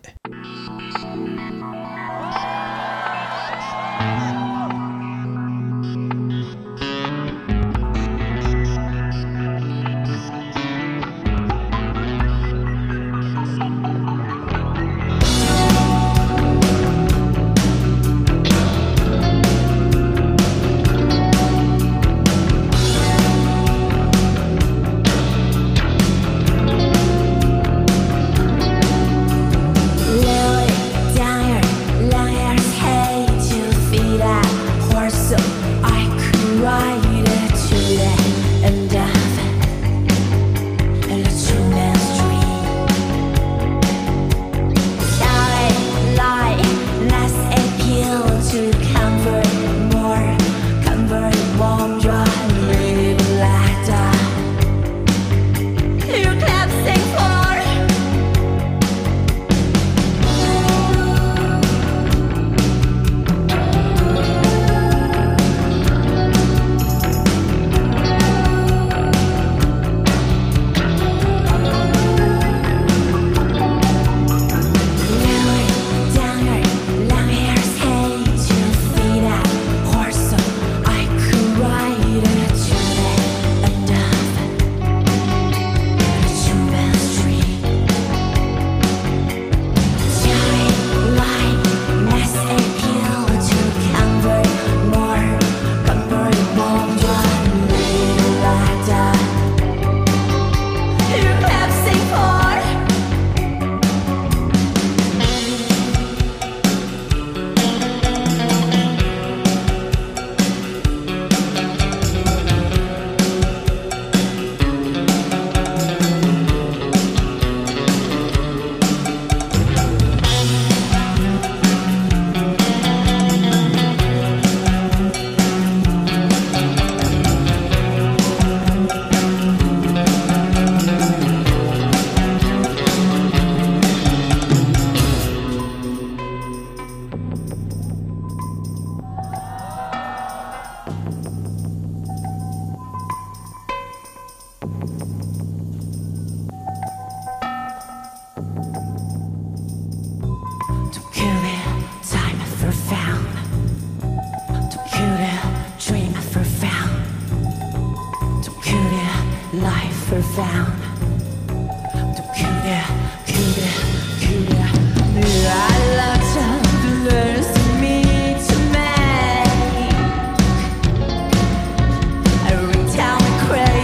Crazy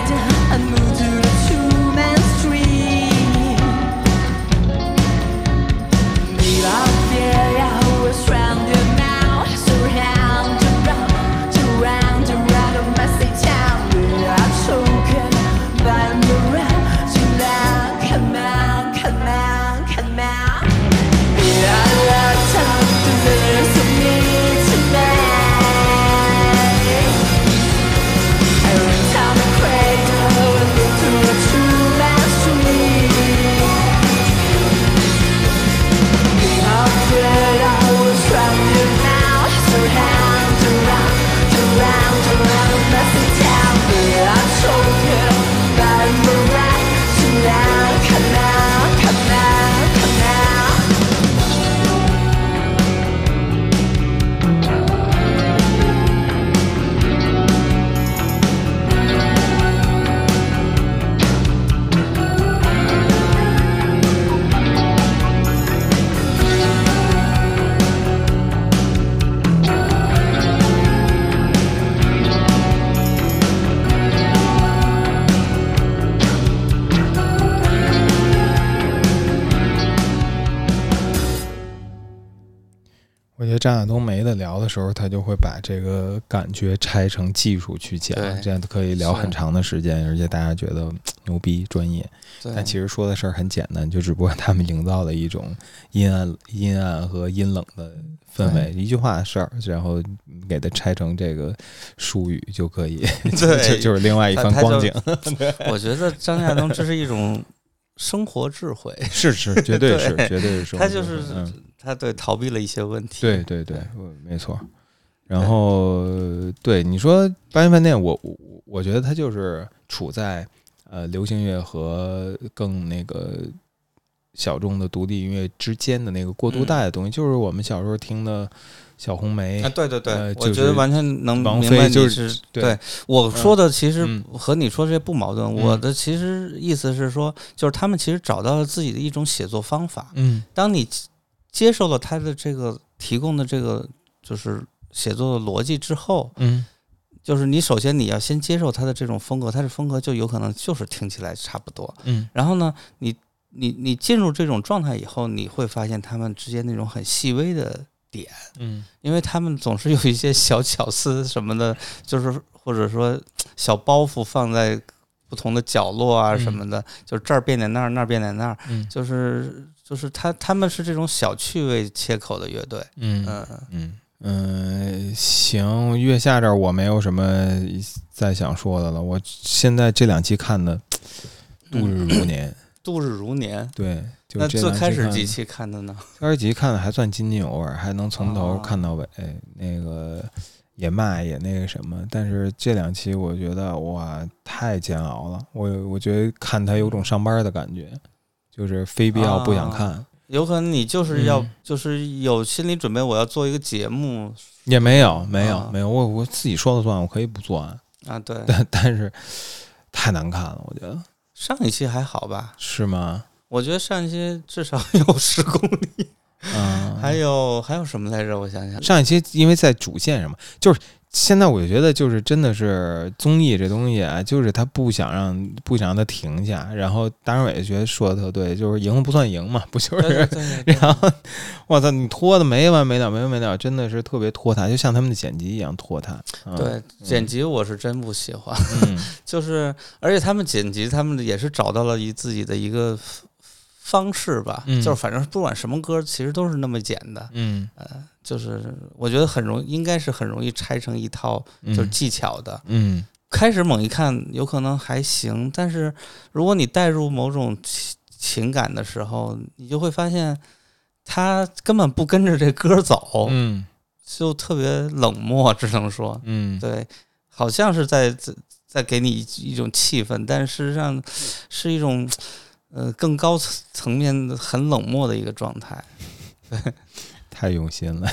张亚东没得聊的时候，他就会把这个感觉拆成技术去讲，这样可以聊很长的时间，而且大家觉得牛逼专业。但其实说的事儿很简单，就只不过他们营造了一种阴暗、阴暗和阴冷的氛围，一句话的事儿，然后给它拆成这个术语就可以， 对， 就就是另外一番光景。 我觉得张亚东这是一种生活智慧， 是是，绝对是，绝对是。 他就是、嗯、他对逃避了一些问题， 对对对，没错。然后对你说八仙饭店，我我我觉得它就是处在呃流行乐和更那个小众的独立音乐之间的那个过渡带的东西，嗯、就是我们小时候听的小红梅啊，对对对， 呃、 我觉得完全能明白你是、就是、 对, 对我说的，其实嗯、 和你说这些不矛盾。嗯、我的其实意思是说，就是他们其实找到了自己的一种写作方法。 嗯， 当你接受了他的这个提供的这个就是写作的逻辑之后， 嗯， 就是你首先你要先接受他的这种风格，他的风格就有可能就是听起来差不多。 嗯， 然后呢，你你你进入这种状态以后，你会发现他们之间那种很细微的点， 嗯， 因为他们总是有一些小巧思什么的，就是或者说小包袱放在不同的角落啊什么的，嗯、就是这儿变点那儿，那儿变点那儿， 嗯， 就是就是他他们是这种小趣味切口的乐队， 嗯嗯嗯嗯，行，月下这儿我没有什么再想说的了，我现在这两期看的度日如年。嗯度日如年， 对，就那最开始几期看的呢？ 最开始几期看的还算津津有味，还能从头看到尾，哦、那个也骂也那个什么。但是这两期我觉得哇，太煎熬了。我我觉得看他有种上班的感觉，就是非必要不想看。哦、 有可能你就是要、嗯、就是有心理准备，我要做一个节目， 也没有没有、啊、没有，我我自己说了算，我可以不做啊。 啊，对， 但但是太难看了，我觉得。 上一期还好吧？ 是吗？ 我觉得上一期至少有十公里， 嗯， 还有还有什么来着？我想想， 上一期因为在主线上嘛，就是现在我觉得就是真的是综艺这东西啊，就是他不想让不想让他停下，然后大张伟觉得说的特对，就是赢不算赢嘛，不就是？ 对对对对然后我操，你拖的没完没了，没完没了，真的是特别拖沓，就像他们的剪辑一样拖沓。 嗯、对，剪辑我是真不喜欢， 嗯、 就是而且他们剪辑，他们也是找到了一自己的一个方式吧， 嗯、 就是反正不管什么歌，其实都是那么剪的， 嗯， 呃，就是我觉得很容易，应该是很容易拆成一套就是技巧的， 嗯， 开始猛一看有可能还行，但是如果你带入某种情感的时候，你就会发现他根本不跟着这歌走， 嗯， 就特别冷漠，只能说， 嗯， 对，好像是在在给你一种气氛，但事实上是一种。呃，更高层面的很冷漠的一个状态，对， 太用心了，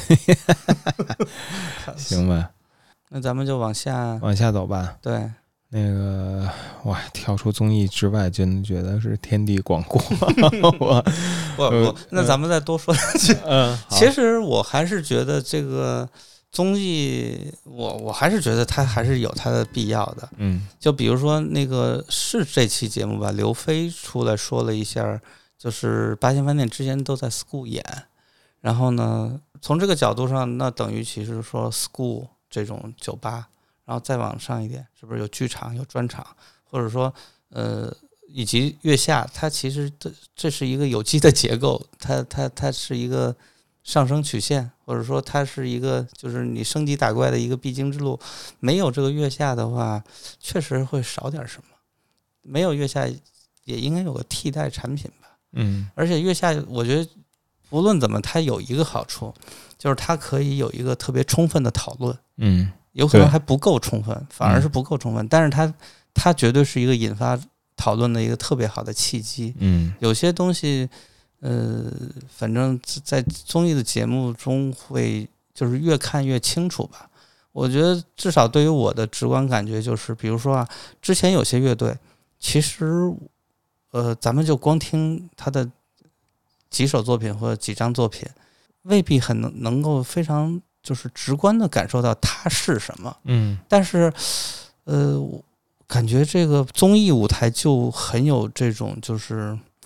行吧？ 那咱们就往下往下走吧。 对， 那个哇，跳出综艺之外，真的觉得是天地广阔。我不不，那咱们再多说两句。 嗯， 其实我还是觉得这个综艺，我我还是觉得它还是有它的必要的。 嗯， 就比如说那个是这期节目吧，刘飞出来说了一下，就是八仙饭店之前都在 school 演，然后呢，从这个角度上，那等于其实说 school 这种酒吧，然后再往上一点，是不是有剧场、有专场，或者说呃，以及月下，它其实这这是一个有机的结构，它它它是一个上升曲线，或者说它是一个就是你升级打怪的一个必经之路。没有这个月下的话，确实会少点什么。没有月下，也应该有个替代产品吧。 嗯， 而且月下，我觉得无论怎么，它有一个好处，就是它可以有一个特别充分的讨论。 嗯， 有可能还不够充分，反而是不够充分。但是它它绝对是一个引发讨论的一个特别好的契机。 嗯， 有些东西。呃，反正在综艺的节目中会就是越看越清楚吧。我觉得至少对于我的直观感觉就是，比如说啊，之前有些乐队，其实呃，咱们就光听他的几首作品或者几张作品，未必很能能够非常就是直观的感受到它是什么。 嗯， 但是呃，感觉这个综艺舞台就很有这种就是。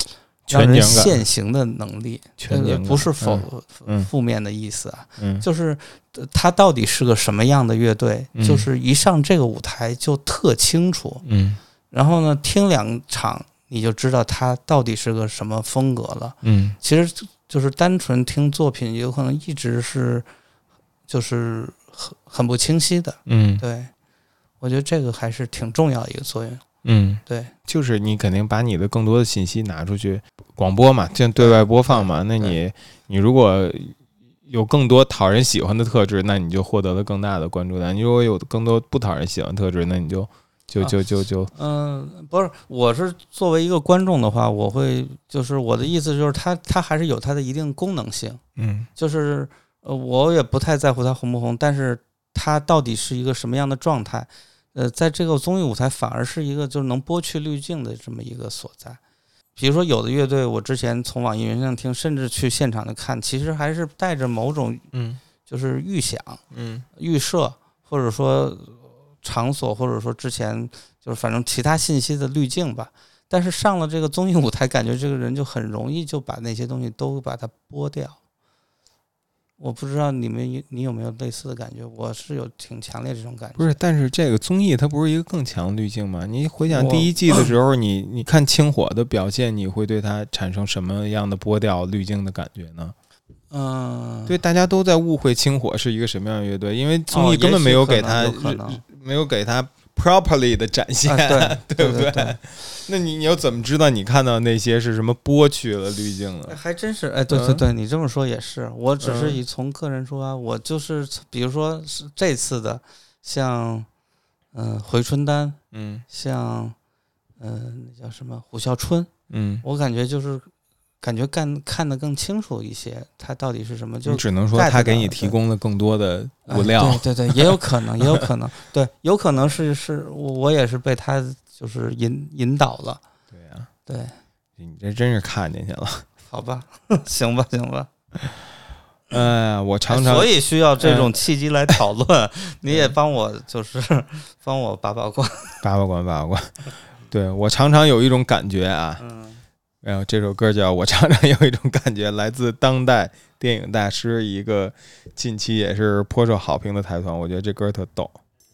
让人现行的能力， 全景不是否、 嗯、 负面的意思啊， 嗯、 就是他到底是个什么样的乐队， 嗯、 就是一上这个舞台就特清楚， 嗯， 然后呢，听两场你就知道他到底是个什么风格了， 嗯， 其实就是单纯听作品，有可能一直是就是很很不清晰的， 嗯， 对，我觉得这个还是挺重要的一个作用。 嗯， 对， 就是你肯定把你的更多的信息拿出去广播嘛，这样对外播放嘛。那你你如果有更多讨人喜欢的特质，那你就获得了更大的关注感。你如果有更多不讨人喜欢的特质，那你就就就就就嗯、呃，不是，我是作为一个观众的话，我会就是我的意思就是它它还是有它的一定功能性。 嗯， 就是呃，我也不太在乎它红不红，但是它到底是一个什么样的状态？呃，在这个综艺舞台反而是一个就是能剥去滤镜的这么一个所在。比如说有的乐队，我之前从网易云上听，甚至去现场去看，其实还是带着某种嗯，就是预想、 嗯、 预设，或者说场所，或者说之前就是反正其他信息的滤镜吧。但是上了这个综艺舞台，感觉这个人就很容易就把那些东西都把它剥掉。我不知道你们你有没有类似的感觉？我是有挺强烈这种感觉。 不是，但是这个综艺它不是一个更强的滤镜吗？你回想第一季的时候，你你看清火的表现，你会对它产生什么样的剥掉滤镜的感觉呢？ 嗯， 对，大家都在误会清火是一个什么样的乐队，因为综艺根本没有给他、 哦、 没有给他 properly 的展现， 啊、对, 对不对？ 对对对， 那你你要怎么知道你看到那些是什么剥去了滤镜了？ 还真是，哎，对对对，嗯、你这么说也是。我只是以从个人说啊，嗯、我就是比如说是这次的，像嗯、呃、回春丹， 嗯， 像嗯、呃、那叫什么虎啸春， 嗯， 我感觉就是感觉干看得更清楚一些，它到底是什么？就你只能说他给你提供了更多的物料， 哎、对对对，也有可能，也有可能，对，有可能是是我我也是被他就是引引导了。 对呀、啊， 对， 你这真是看进去了， 好吧，行吧，行吧。 哎呀，我常常所以需要这种契机来讨论，嗯、你也帮我就是帮我把把关， 把把关，把把关。对，我常常有一种感觉啊， 嗯， 然后这首歌叫《我常常有一种感觉》，来自当代电影大师，一个近期也是颇受好评的台团，我觉得这歌特逗。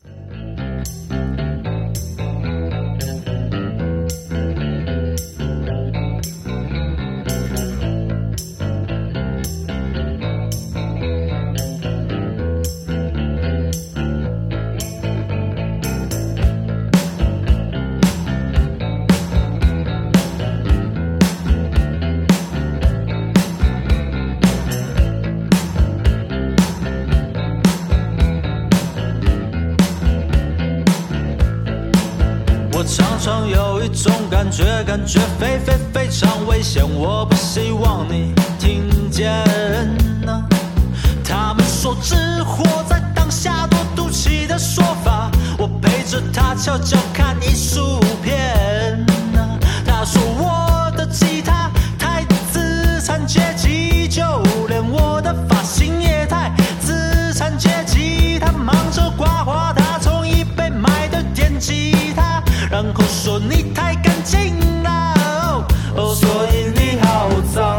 感觉感觉非非非常危险，我不希望你听见、啊、他们说只活在当下多赌气的说法，我陪着他悄悄看艺术片、啊、他说我的吉他太资产阶级，就连我的发型也太资产阶级，他忙着刮花，他从一杯买的电吉他，然后说你太干净了、哦，所以你好脏。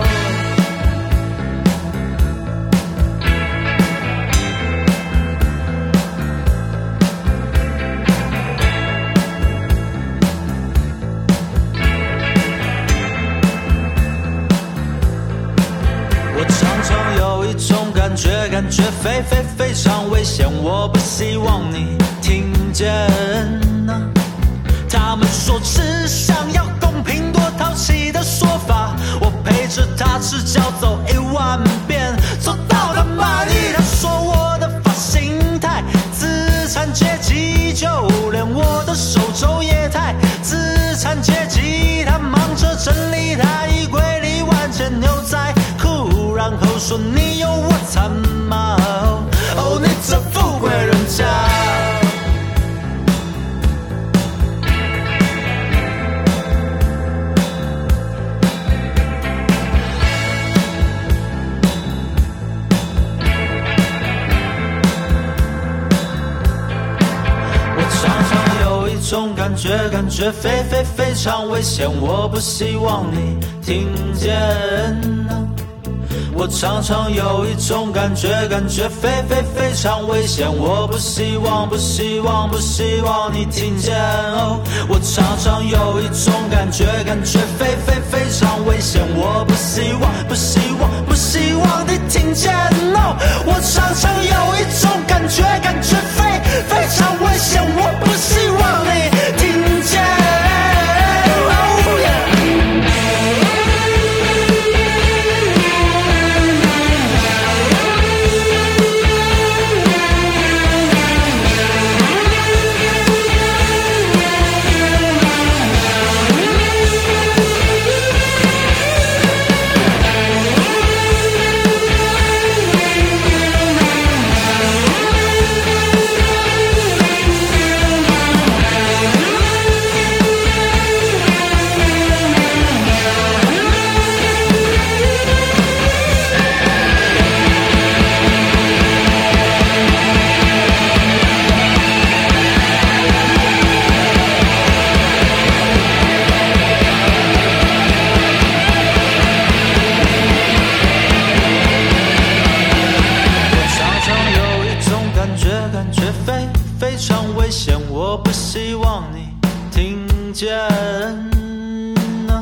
我常常有一种感觉，感觉非非非常危险，我不希望你听见、啊、他们说只想要公平多淘气的说法，我陪着他赤脚走一万遍，走到他满意。他说我的发型太资产阶级，就连我的手肘也太资产阶级，他忙着整理他衣柜里万件牛仔裤，然后说你有我残毛，哦，你这富贵人家。我常常有一种感感觉感觉非非非常危险，我不希望你听见啊。我常常有一种感觉感觉非非非常危险，我不希望不希望不希望你听见哦。我常常有一种感觉感觉非非非常危险，我不希望不希望不希望你听见哦。我常常有一种感觉感觉非非常危险，我不希望你听见。我不希望你听见啊。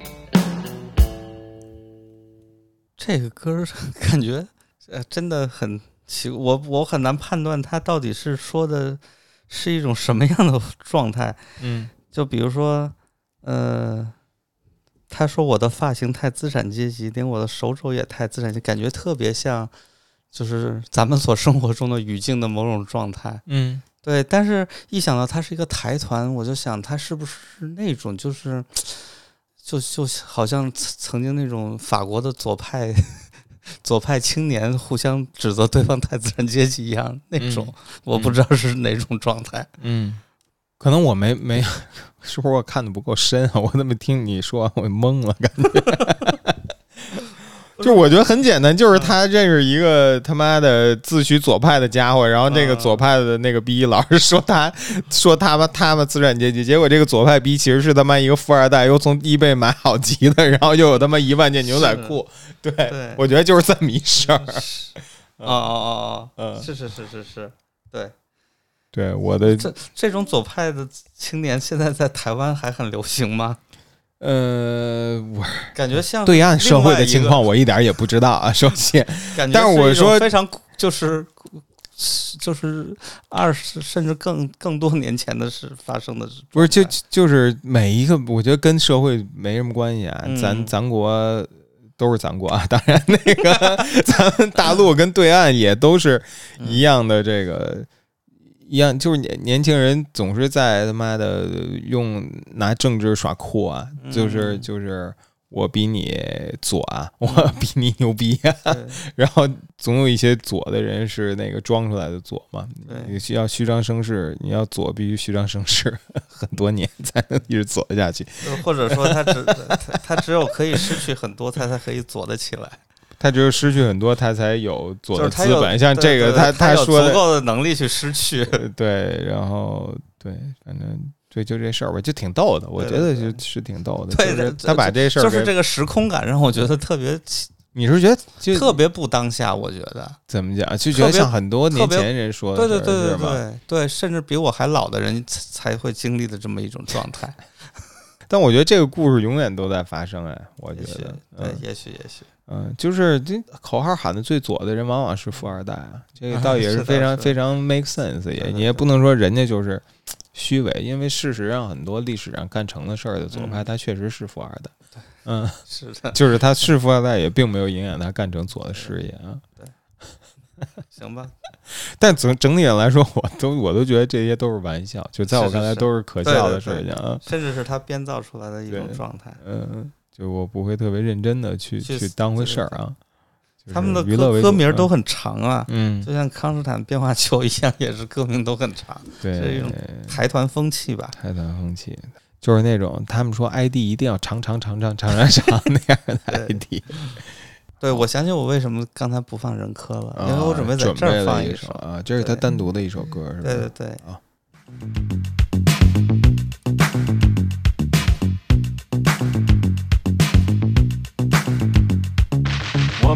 这个歌感觉呃真的很奇，我我很难判断他到底是说的是一种什么样的状态。 嗯， 就比如说，呃，他说我的发型太资产阶级，连我的手肘也太资产阶级，感觉特别像就是咱们所生活中的语境的某种状态。 嗯， 对。但是一想到他是一个台团，我就想他是不是那种就是就就好像曾经那种法国的左派左派青年互相指责对方太资产阶级一样那种、嗯、我不知道是哪种状态。 嗯，可能我没没是不是我看的不够深啊？我怎么听你说我懵了，感觉就我觉得很简单，就是他认识一个他妈的自诩左派的家伙，然后这个左派的那个逼老是说他说他们他们资产阶级，结果这个左派逼其实是他妈一个富二代，又从易贝买好吉的，然后又有他妈一万件牛仔裤。对， 对， 我觉得就是这么一事儿。 哦哦哦， 嗯， 是是是是是，对。 对，我的这这种左派的青年现在在台湾还很流行吗？ 呃，我感觉像对岸社会的情况，我一点也不知道啊。首先， 感觉但是我说非常就是就是二十甚至更更多年前的事发生的事， 不是就就是每一个，我觉得跟社会没什么关系啊。嗯、咱咱国都是咱国啊，当然那个咱们大陆跟对岸也都是一样的这个。嗯一样，就是年年轻人总是在他妈的用拿政治耍酷啊，嗯、就是就是我比你左啊，我比你牛逼啊，然后总有一些左的人是那个装出来的左嘛，你需要虚张声势，你要左必须虚张声势很多年才能一直左下去， 或者说他只他, 他只有可以失去很多，他才可以左得起来。 他只有失去很多，他才有左的资本。 就是、 像这个，他他说足够的能力去失去。 对，然后对，反正对，就这事儿吧，就挺逗的。我觉得是是挺逗的。 对， 就是他把这事儿就是这个时空感让我觉得特别。 你是觉得就特别不当下？我觉得怎么讲，就觉得像很多年前人说的， 对对对对对对，甚至比我还老的人才会经历的这么一种状态。 但我觉得这个故事永远都在发生哎，我觉得， 对，嗯、也许也许。 嗯，就是这口号喊的最左的人，往往是富二代啊。这个倒也是非常、啊、非常 make sense， 也你也不能说人家就是虚伪，因为事实上很多历史上干成的事儿的左派，他确实是富二代。嗯， 是的， 就是他是富二代，也并没有影响他干成左的事业啊。 对，行吧。 但整整体上来说，我都我都觉得这些都是玩笑，就在我看来都是可笑的事情啊， 甚至是他编造出来的一种状态。 嗯。就我不会特别认真的去去当回事儿啊， 他们的歌歌名都很长啊，嗯，就像康斯坦变化球一样，也是歌名都很长， 对， 是一种台团风气吧， 台团风气就是那种他们说 I D 一定要长长长长长长长那样的 I D。 对，我想起我为什么刚才不放人科了，因为我准备在这儿放一首啊，这是他单独的一首歌，是吧？ 对对对啊。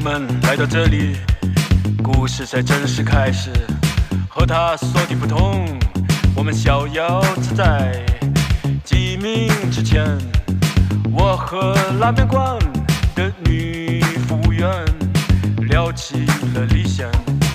们来到这里，故事才正式开始。和他所的不同，我们逍遥自在。鸡鸣之前，我和拉面馆的女服务员聊起了理想。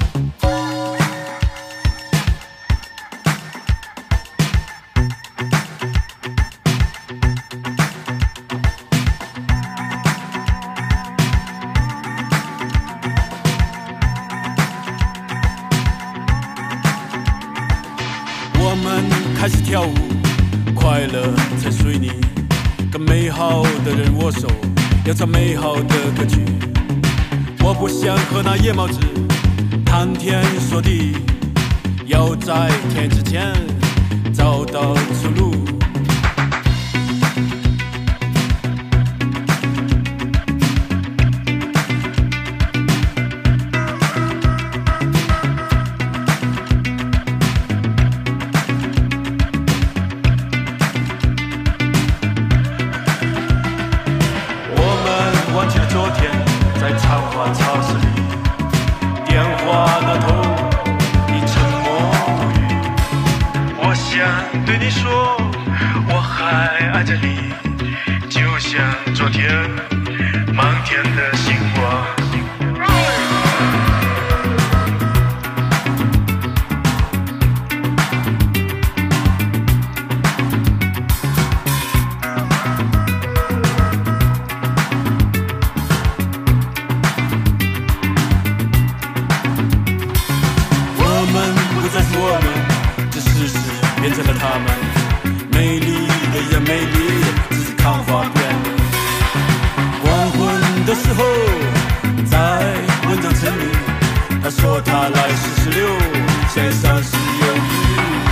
我们开始跳舞，快乐才随你，跟美好的人握手，要唱美好的歌曲。我不想和那野帽子谈天说地，要在天之前找到出路。超市里，电话那头，你沉默无语。我想对你说，我还爱着你，就像昨天满天的星光。变成了他们，美丽的人，美丽的只是看花变的。黄昏的时候，在文章城里，他说他来四十六，线上是有雨。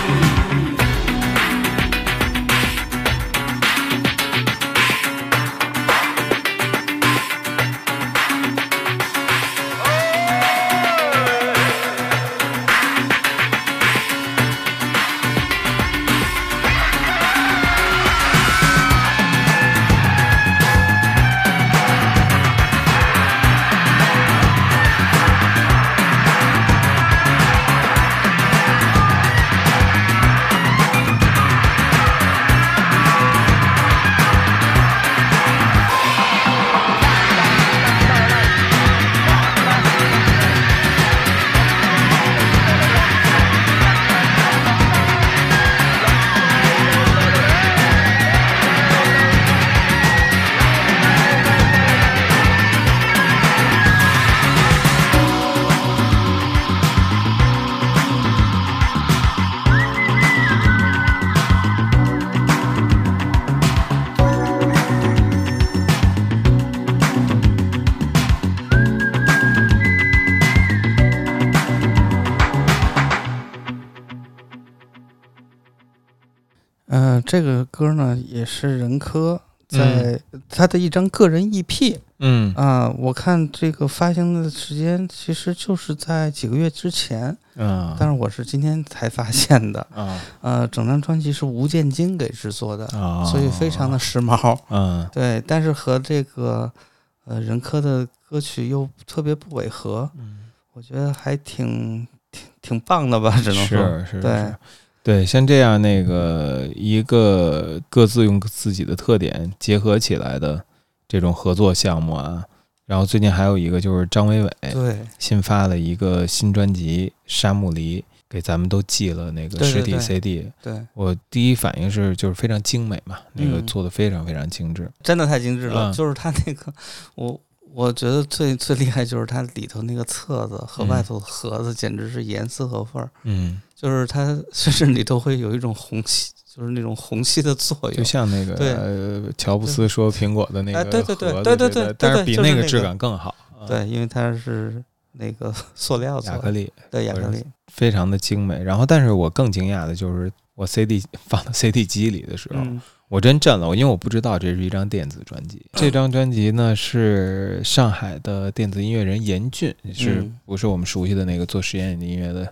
呃，这个歌呢也是任科在他的一张个人 E P， 嗯啊、呃，我看这个发行的时间其实就是在几个月之前， 啊， 但是我是今天才发现的啊， 呃，整张专辑是吴建京给制作的， 啊， 所以非常的时髦， 嗯， 对，但是和这个呃任科的歌曲又特别不违和，嗯，我觉得还挺挺挺棒的吧，只能说是是， 对。 是对，像这样那个一个各自用自己的特点结合起来的这种合作项目啊，然后最近还有一个就是张伟伟对新发了一个新专辑《沙木梨》，给咱们都寄了那个实体 C D。 对， 对， 对， 我第一反应是就是非常精美嘛，那个做的非常非常精致， 真的太精致了。 嗯、 就是他那个我。我觉得最最厉害就是它里头那个册子和外头盒子，简直是颜色和味儿。嗯，就是它甚至里头会有一种虹吸，就是那种虹吸的作用， 就像那个呃乔布斯说苹果的那个盒子， 对对对对对对， 但是比那个质感更好。 对，因为它是那个塑料做的亚克力， 对亚克力， 非常的精美。然后，但是我更惊讶的就是我 C D 放到 C D 机里的时候。嗯，我真震了，因为我不知道这是一张电子专辑。这张专辑呢是上海的电子音乐人严俊，是不是我们熟悉的那个做实验音乐的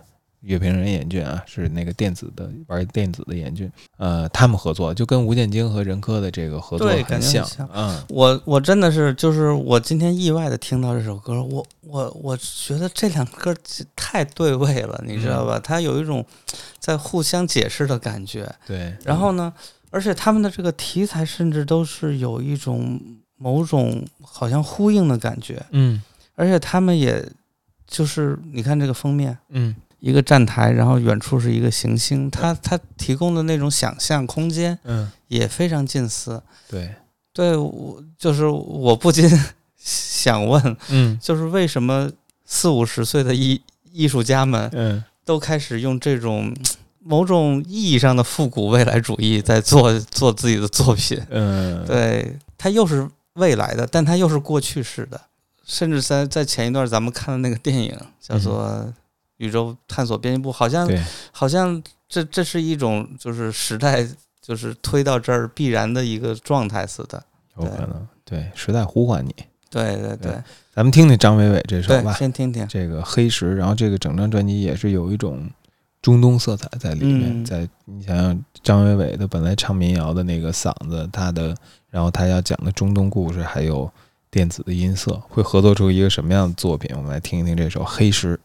乐评人严俊啊，是那个电子的玩电子的严俊，呃，他们合作就跟吴建京和任科的这个合作对很像， 感觉很像嗯， 我我真的是就是我今天意外的听到这首歌，我我我觉得这两歌太对味了，你知道吧？嗯、它有一种在互相解释的感觉。 对， 然后呢，而且他们的这个题材甚至都是有一种某种好像呼应的感觉。 嗯， 而且他们也就是你看这个封面， 嗯。 一个站台，然后远处是一个行星，它它提供的那种想象空间， 嗯， 也非常近似。 对， 对，我就是我不禁想问， 嗯， 就是为什么四五十岁的艺艺术家们， 嗯， 都开始用这种某种意义上的复古未来主义在做做自己的作品？ 嗯， 对，它又是未来的，但它又是过去式的，甚至在在前一段咱们看的那个电影叫做。嗯宇宙探索编辑部好像好像这这是一种就是时代就是推到这儿必然的一个状态似的， 有可能对时代呼唤你。 对对 对, 对，咱们听听张伟伟这首吧， 先听听这个黑石，然后这个整张专辑也是有一种中东色彩在里面。 嗯、 在你想想张伟伟的本来唱民谣的那个嗓子，他的然后他要讲的中东故事，还有电子的音色，会合作出一个什么样的作品？我们来听一听这首黑石。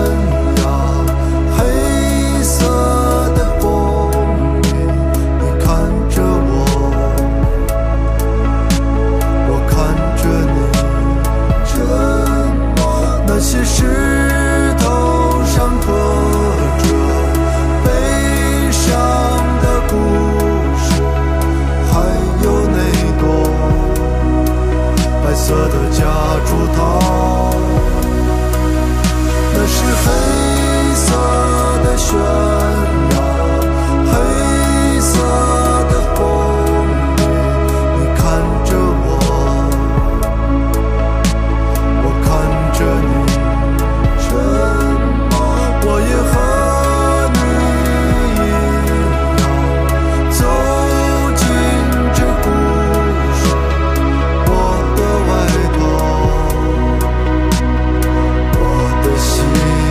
黑色的风里，你看色的夹竹桃，那是黑色的炫耀，黑色的红叶。你看着我，我看着你，沉默。我也和你一样走进这故事，我的外套，我的心。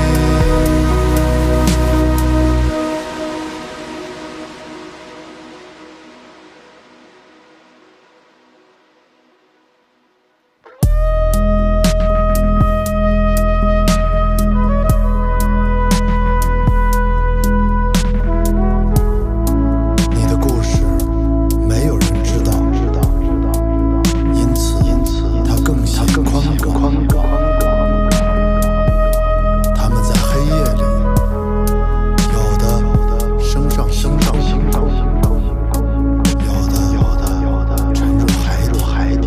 你的故事没有人知道，因此它更显宽广。他们在黑夜里，有的升上星空，有的沉入海底。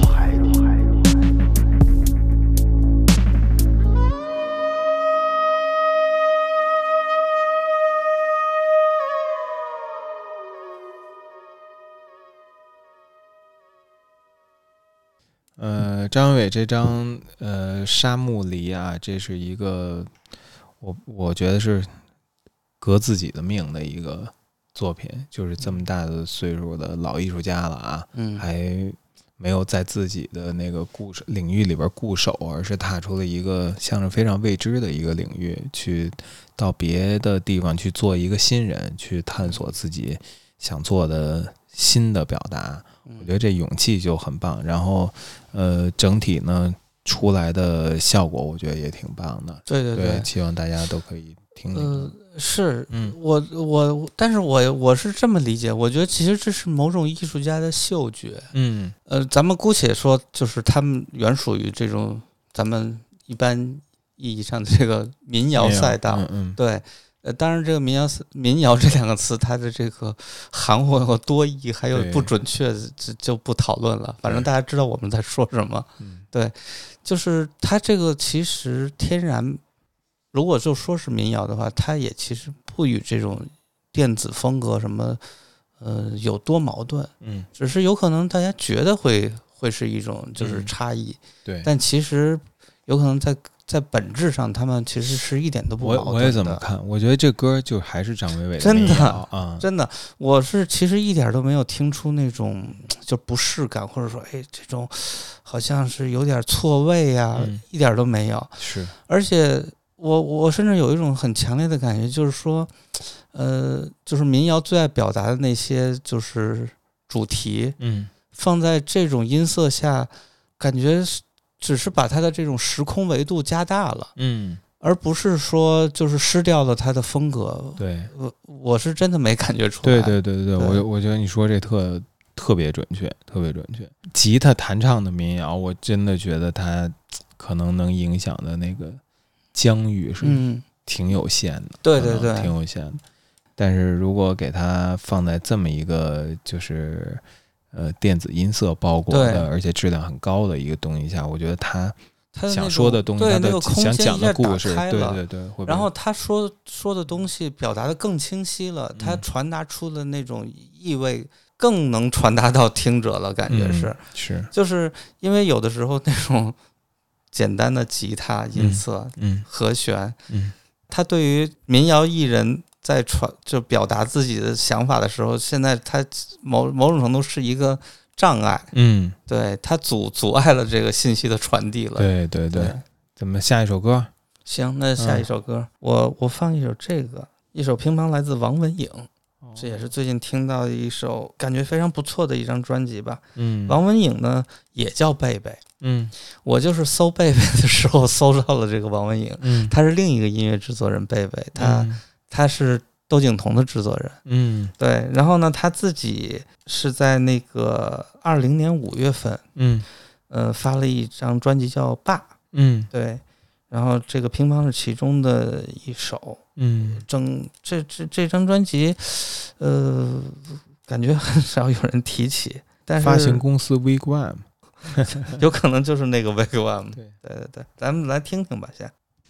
呃，张伟伟这张呃《沙木离》啊，这是一个我我觉得是革自己的命的一个作品，就是这么大的岁数的老艺术家了啊， 嗯还没有在自己的那个固守领域里边固守，而是踏出了一个像是非常未知的一个领域，去到别的地方去做一个新人，去探索自己想做的新的表达。我觉得这勇气就很棒，然后呃，整体呢出来的效果，我觉得也挺棒的。 对对对，希望大家都可以听听。 呃，是， 嗯我我，但是我我是这么理解，我觉得其实这是某种艺术家的嗅觉。 嗯呃，咱们姑且说，就是他们原属于这种咱们一般意义上的这个民谣赛道。 嗯嗯， 对，呃，当然这个民谣民谣这两个词，它的这个含糊和多义还有不准确，就就不讨论了。反正大家知道我们在说什么。 嗯， 对，就是它这个其实天然，如果就说是民谣的话，它也其实不与这种电子风格什么呃有多矛盾。 嗯， 只是有可能大家觉得会会是一种就是差异， 嗯、对， 但其实有可能在在本质上，他们其实是一点都不矛盾的。 我我也这么看，我觉得这歌就还是张伟伟的真的啊， 真的，我是其实一点都没有听出那种就不适感，或者说哎这种好像是有点错位啊， 嗯、 一点都没有。 是， 而且我我甚至有一种很强烈的感觉，就是说，呃，就是民谣最爱表达的那些就是主题， 嗯， 放在这种音色下，感觉只是把它的这种时空维度加大了， 嗯， 而不是说就是失掉了它的风格。 对， 我我是真的没感觉出来。 对对对对对，我我觉得你说这特特别准确，特别准确。吉他弹唱的民谣，我真的觉得它可能能影响的那个疆域是挺有限的， 嗯、对对对， 挺有限的。但是如果给它放在这么一个就是呃电子音色包裹的，而且质量很高的一个东西下，我觉得他想说的东西，他的想讲的故事，对对对， 然后他说说的东西表达的更清晰了， 嗯、 他传达出的那种意味更能传达到听者了，感觉是、 嗯、是， 就是因为有的时候那种简单的吉他音色、 嗯, 嗯和弦， 嗯， 他对于民谣艺人在传就表达自己的想法的时候，现在他某某种程度是一个障碍， 嗯， 对，他阻阻碍了这个信息的传递了。 对对 对, 对，咱们下一首歌。 行，那下一首歌，嗯、我我放一首这个，一首乒乓来自王文颖，哦、这也是最近听到的一首感觉非常不错的一张专辑吧。 嗯， 王文颖呢也叫贝贝， 嗯， 我就是搜贝贝的时候搜到了这个王文颖， 嗯， 他是另一个音乐制作人贝贝，他、嗯、他是窦靖童的制作人， 嗯， 对，然后呢，他自己是在那个二零年五月份， 嗯， 呃，发了一张专辑叫《爸》， 嗯， 对，然后这个乒乓是其中的一首， 嗯， 整这这这张专辑，呃，感觉很少有人提起，但是发行公司 Wigwam， 有可能就是那个 Wigwam。 对对对对，咱们来听听吧，先。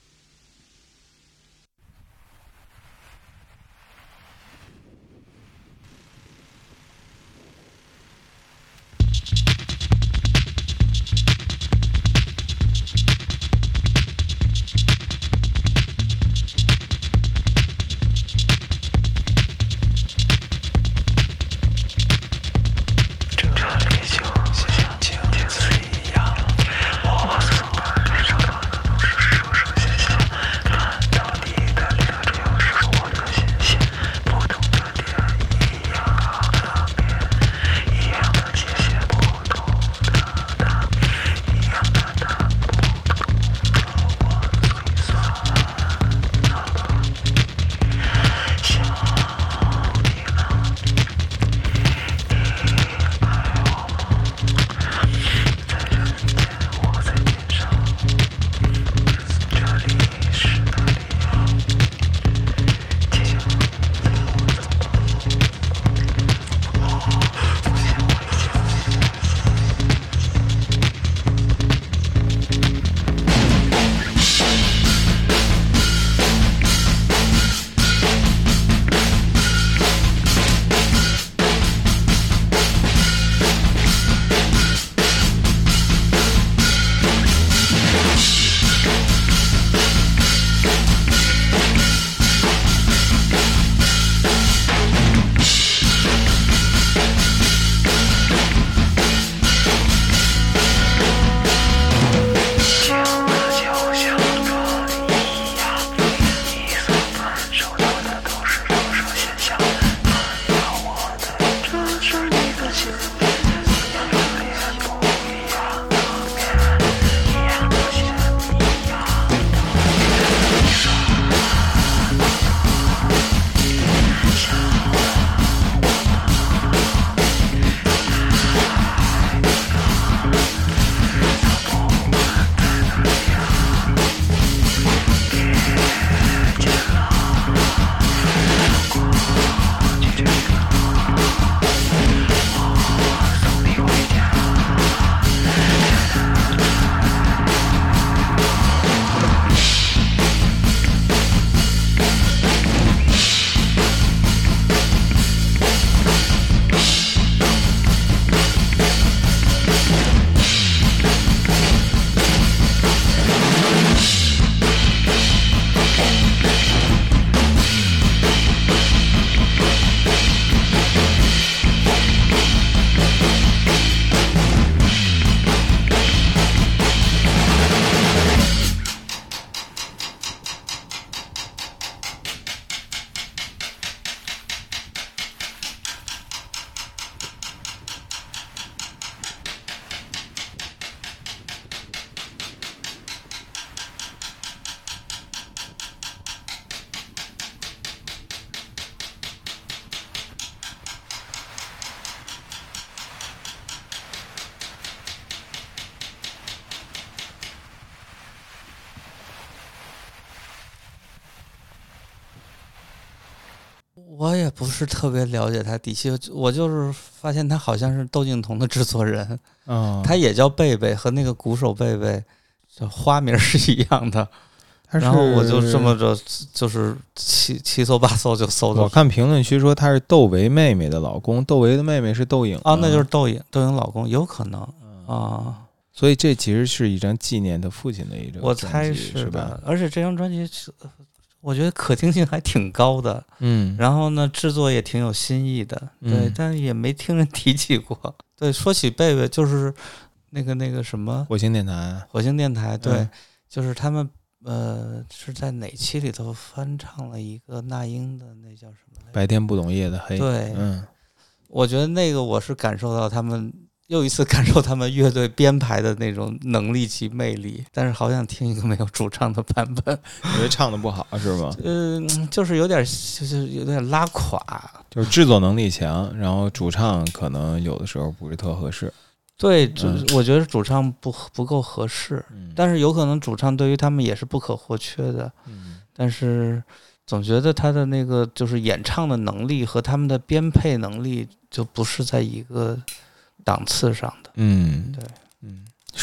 我也不是特别了解他底细，我就是发现他好像是窦靖童的制作人， 嗯， 他也叫贝贝，和那个鼓手贝贝叫花名是一样的。 他是然后我就这么着，就是七七搜八搜就搜到。 我看评论区说他是窦唯妹妹的老公，窦唯的妹妹是窦颖啊，那就是窦颖，窦颖老公有可能啊。 所以这其实是一张纪念他父亲的一张， 我猜是吧。而且这张专辑我觉得可听性还挺高的， 嗯， 然后呢，制作也挺有新意的，对， 嗯、 但也没听人提起过。对，说起贝贝，就是那个那个什么火星电台， 火星电台，对， 嗯、 就是他们呃是在哪期里头翻唱了一个那英的那叫什么来着？ 白天不懂夜的黑。 对， 嗯， 我觉得那个我是感受到他们。又一次感受他们乐队编排的那种能力及魅力，但是好想听一个没有主唱的版本。 因为唱的不好是吗？ 嗯、呃，就是有点，就是有点拉垮， 就是制作能力强，然后主唱可能有的时候不是特合适。 对， 嗯、 我觉得主唱不不够合适、 嗯， 但是有可能主唱对于他们也是不可或缺的。 嗯， 但是总觉得他的那个就是演唱的能力和他们的编配能力就不是在一个档次上的。 嗯， 对， 嗯，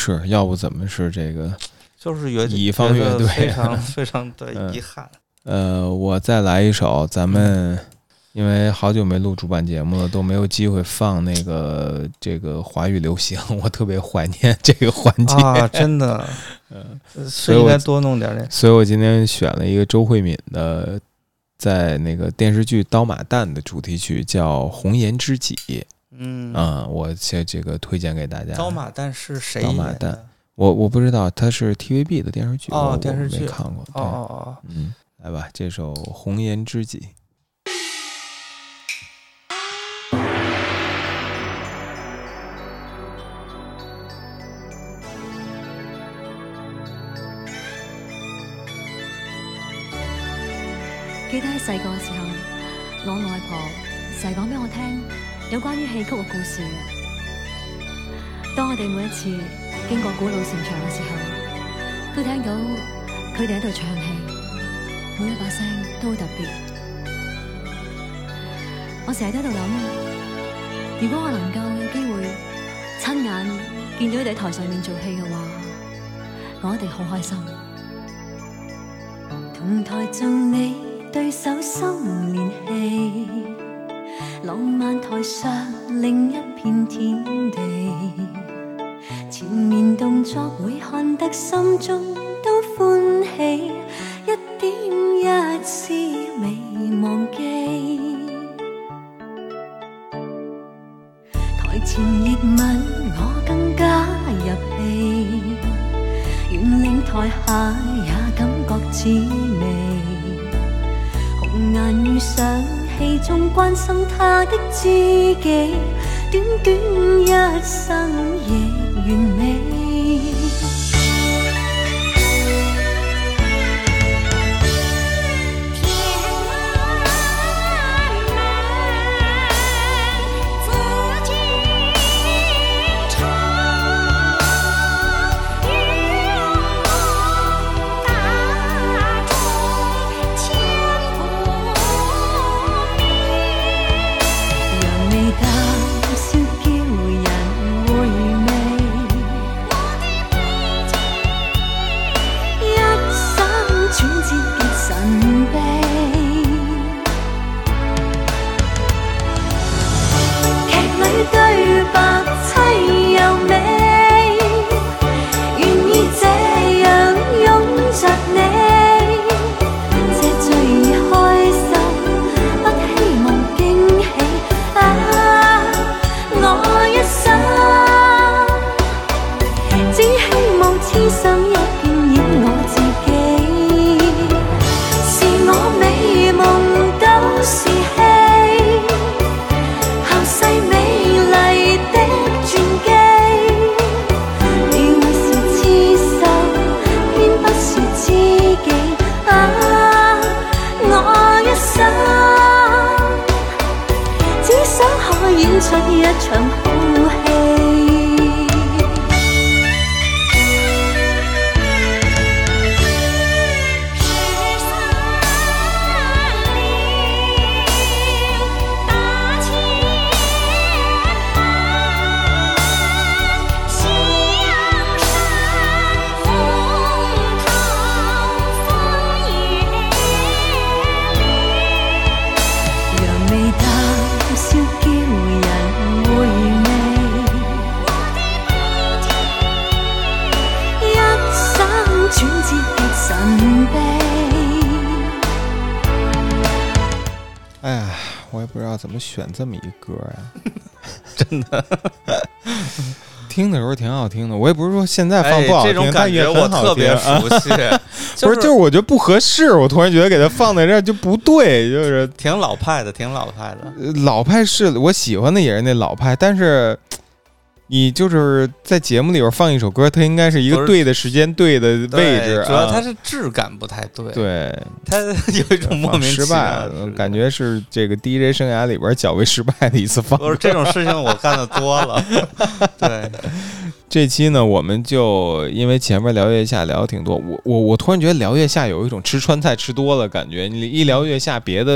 是要不怎么是这个就是乐乙方乐队非常非常的嗯遗憾。 呃，我再来一首，咱们因为好久没录主板节目了，都没有机会放那个这个华语流行，我特别怀念这个环节啊，真的， 嗯， 是应该多弄点这。 所以我今天选了一个周慧敏的，在那个电视剧《刀马旦》的主题曲，叫《红颜知己》。 嗯啊、嗯，我这这个推荐给大家。 刀马旦是谁刀马旦，我我不知道，它是 T V B 的电视剧。 哦，电视剧没看过。 哦哦哦， 嗯，来吧，这首《红颜知己》。 記得喺細個嘅時候，我外婆成日講俾我聽有關於戲曲嘅故事。當我哋每一次經過古老城牆嘅時候，都聽到佢哋喺度唱戲，每一把聲都好特別。我成日都喺度諗，如果我能夠有機會親眼見到佢哋喺台上面做戲嘅話，我一定好開心。同台做你對手心連戲，浪漫台上另一片天地，前面動作會看得心中都歡喜，一點一絲未忘記。台前熱吻我更加入戲，願令台下也感覺滋味。紅顏遇上戲中關心他的知己，短短一生亦完美。 怎么选这么一歌呀？ 真的， 听的时候挺好听的。我也不是说现在放不好听， 哎、这种感觉我特别熟悉。 不是，就是我觉得不合适。我突然觉得给它放在这儿就不对，就是挺老派的，挺老派的。 老派是我喜欢的，也是那老派，但是。你就是在节目里边放一首歌，它应该是一个对的时间、对的位置， 主要它是质感不太对。 对， 它有一种莫名失败，感觉是这个 D J 生涯里边较为失败的一次放歌。 不是这种事情我干的多了。对， 这期呢，我们就因为前面聊月下聊的挺多，我我我突然觉得聊月下有一种吃川菜吃多了感觉。你一聊月下，别的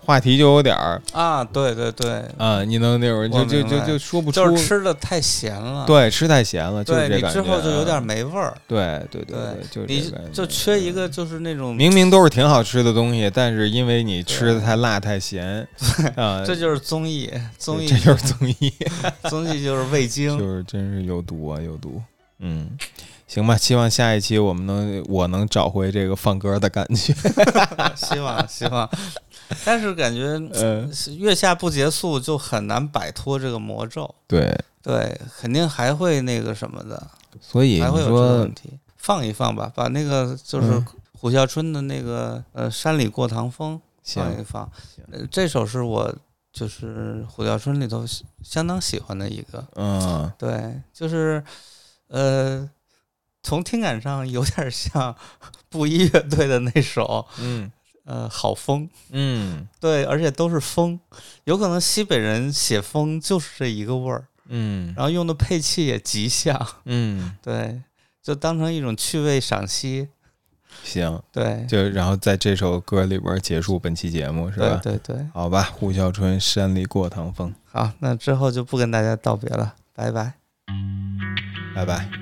话题就有点儿啊，对对对啊，你能那会儿就就就就说不出， 就是吃的太咸了， 对，吃太咸了，就是这感觉， 对你之后就有点没味儿， 对对对对， 就你就缺一个就是那种明明都是挺好吃的东西，但是因为你吃的太辣太咸啊， 这就是综艺，综艺这就是综艺， 综艺就是味精， 就是真是有毒啊，有毒，嗯。行吧，希望下一期我们能我能找回这个放歌的感觉， 希望希望，但是感觉呃月下不结束就很难摆脱这个魔咒， 对对，肯定还会那个什么的， 所以还会有这说个问题，放一放吧，把那个就是虎啸春的那个呃山里过堂风放一放，呃，这首是我就是虎啸春里头相当喜欢的一个， 嗯， 对，就是呃。从听感上有点像布衣乐队的那首， 嗯， 呃，好风， 嗯， 对，而且都是风，有可能西北人写风就是这一个味儿， 嗯， 然后用的配器也极像， 嗯， 对，就当成一种趣味赏析， 行， 对， 就然后在这首歌里边结束本期节目是吧？ 对对对， 好吧，虎啸春山里过堂风， 好，那之后就不跟大家道别了，拜拜， 拜拜。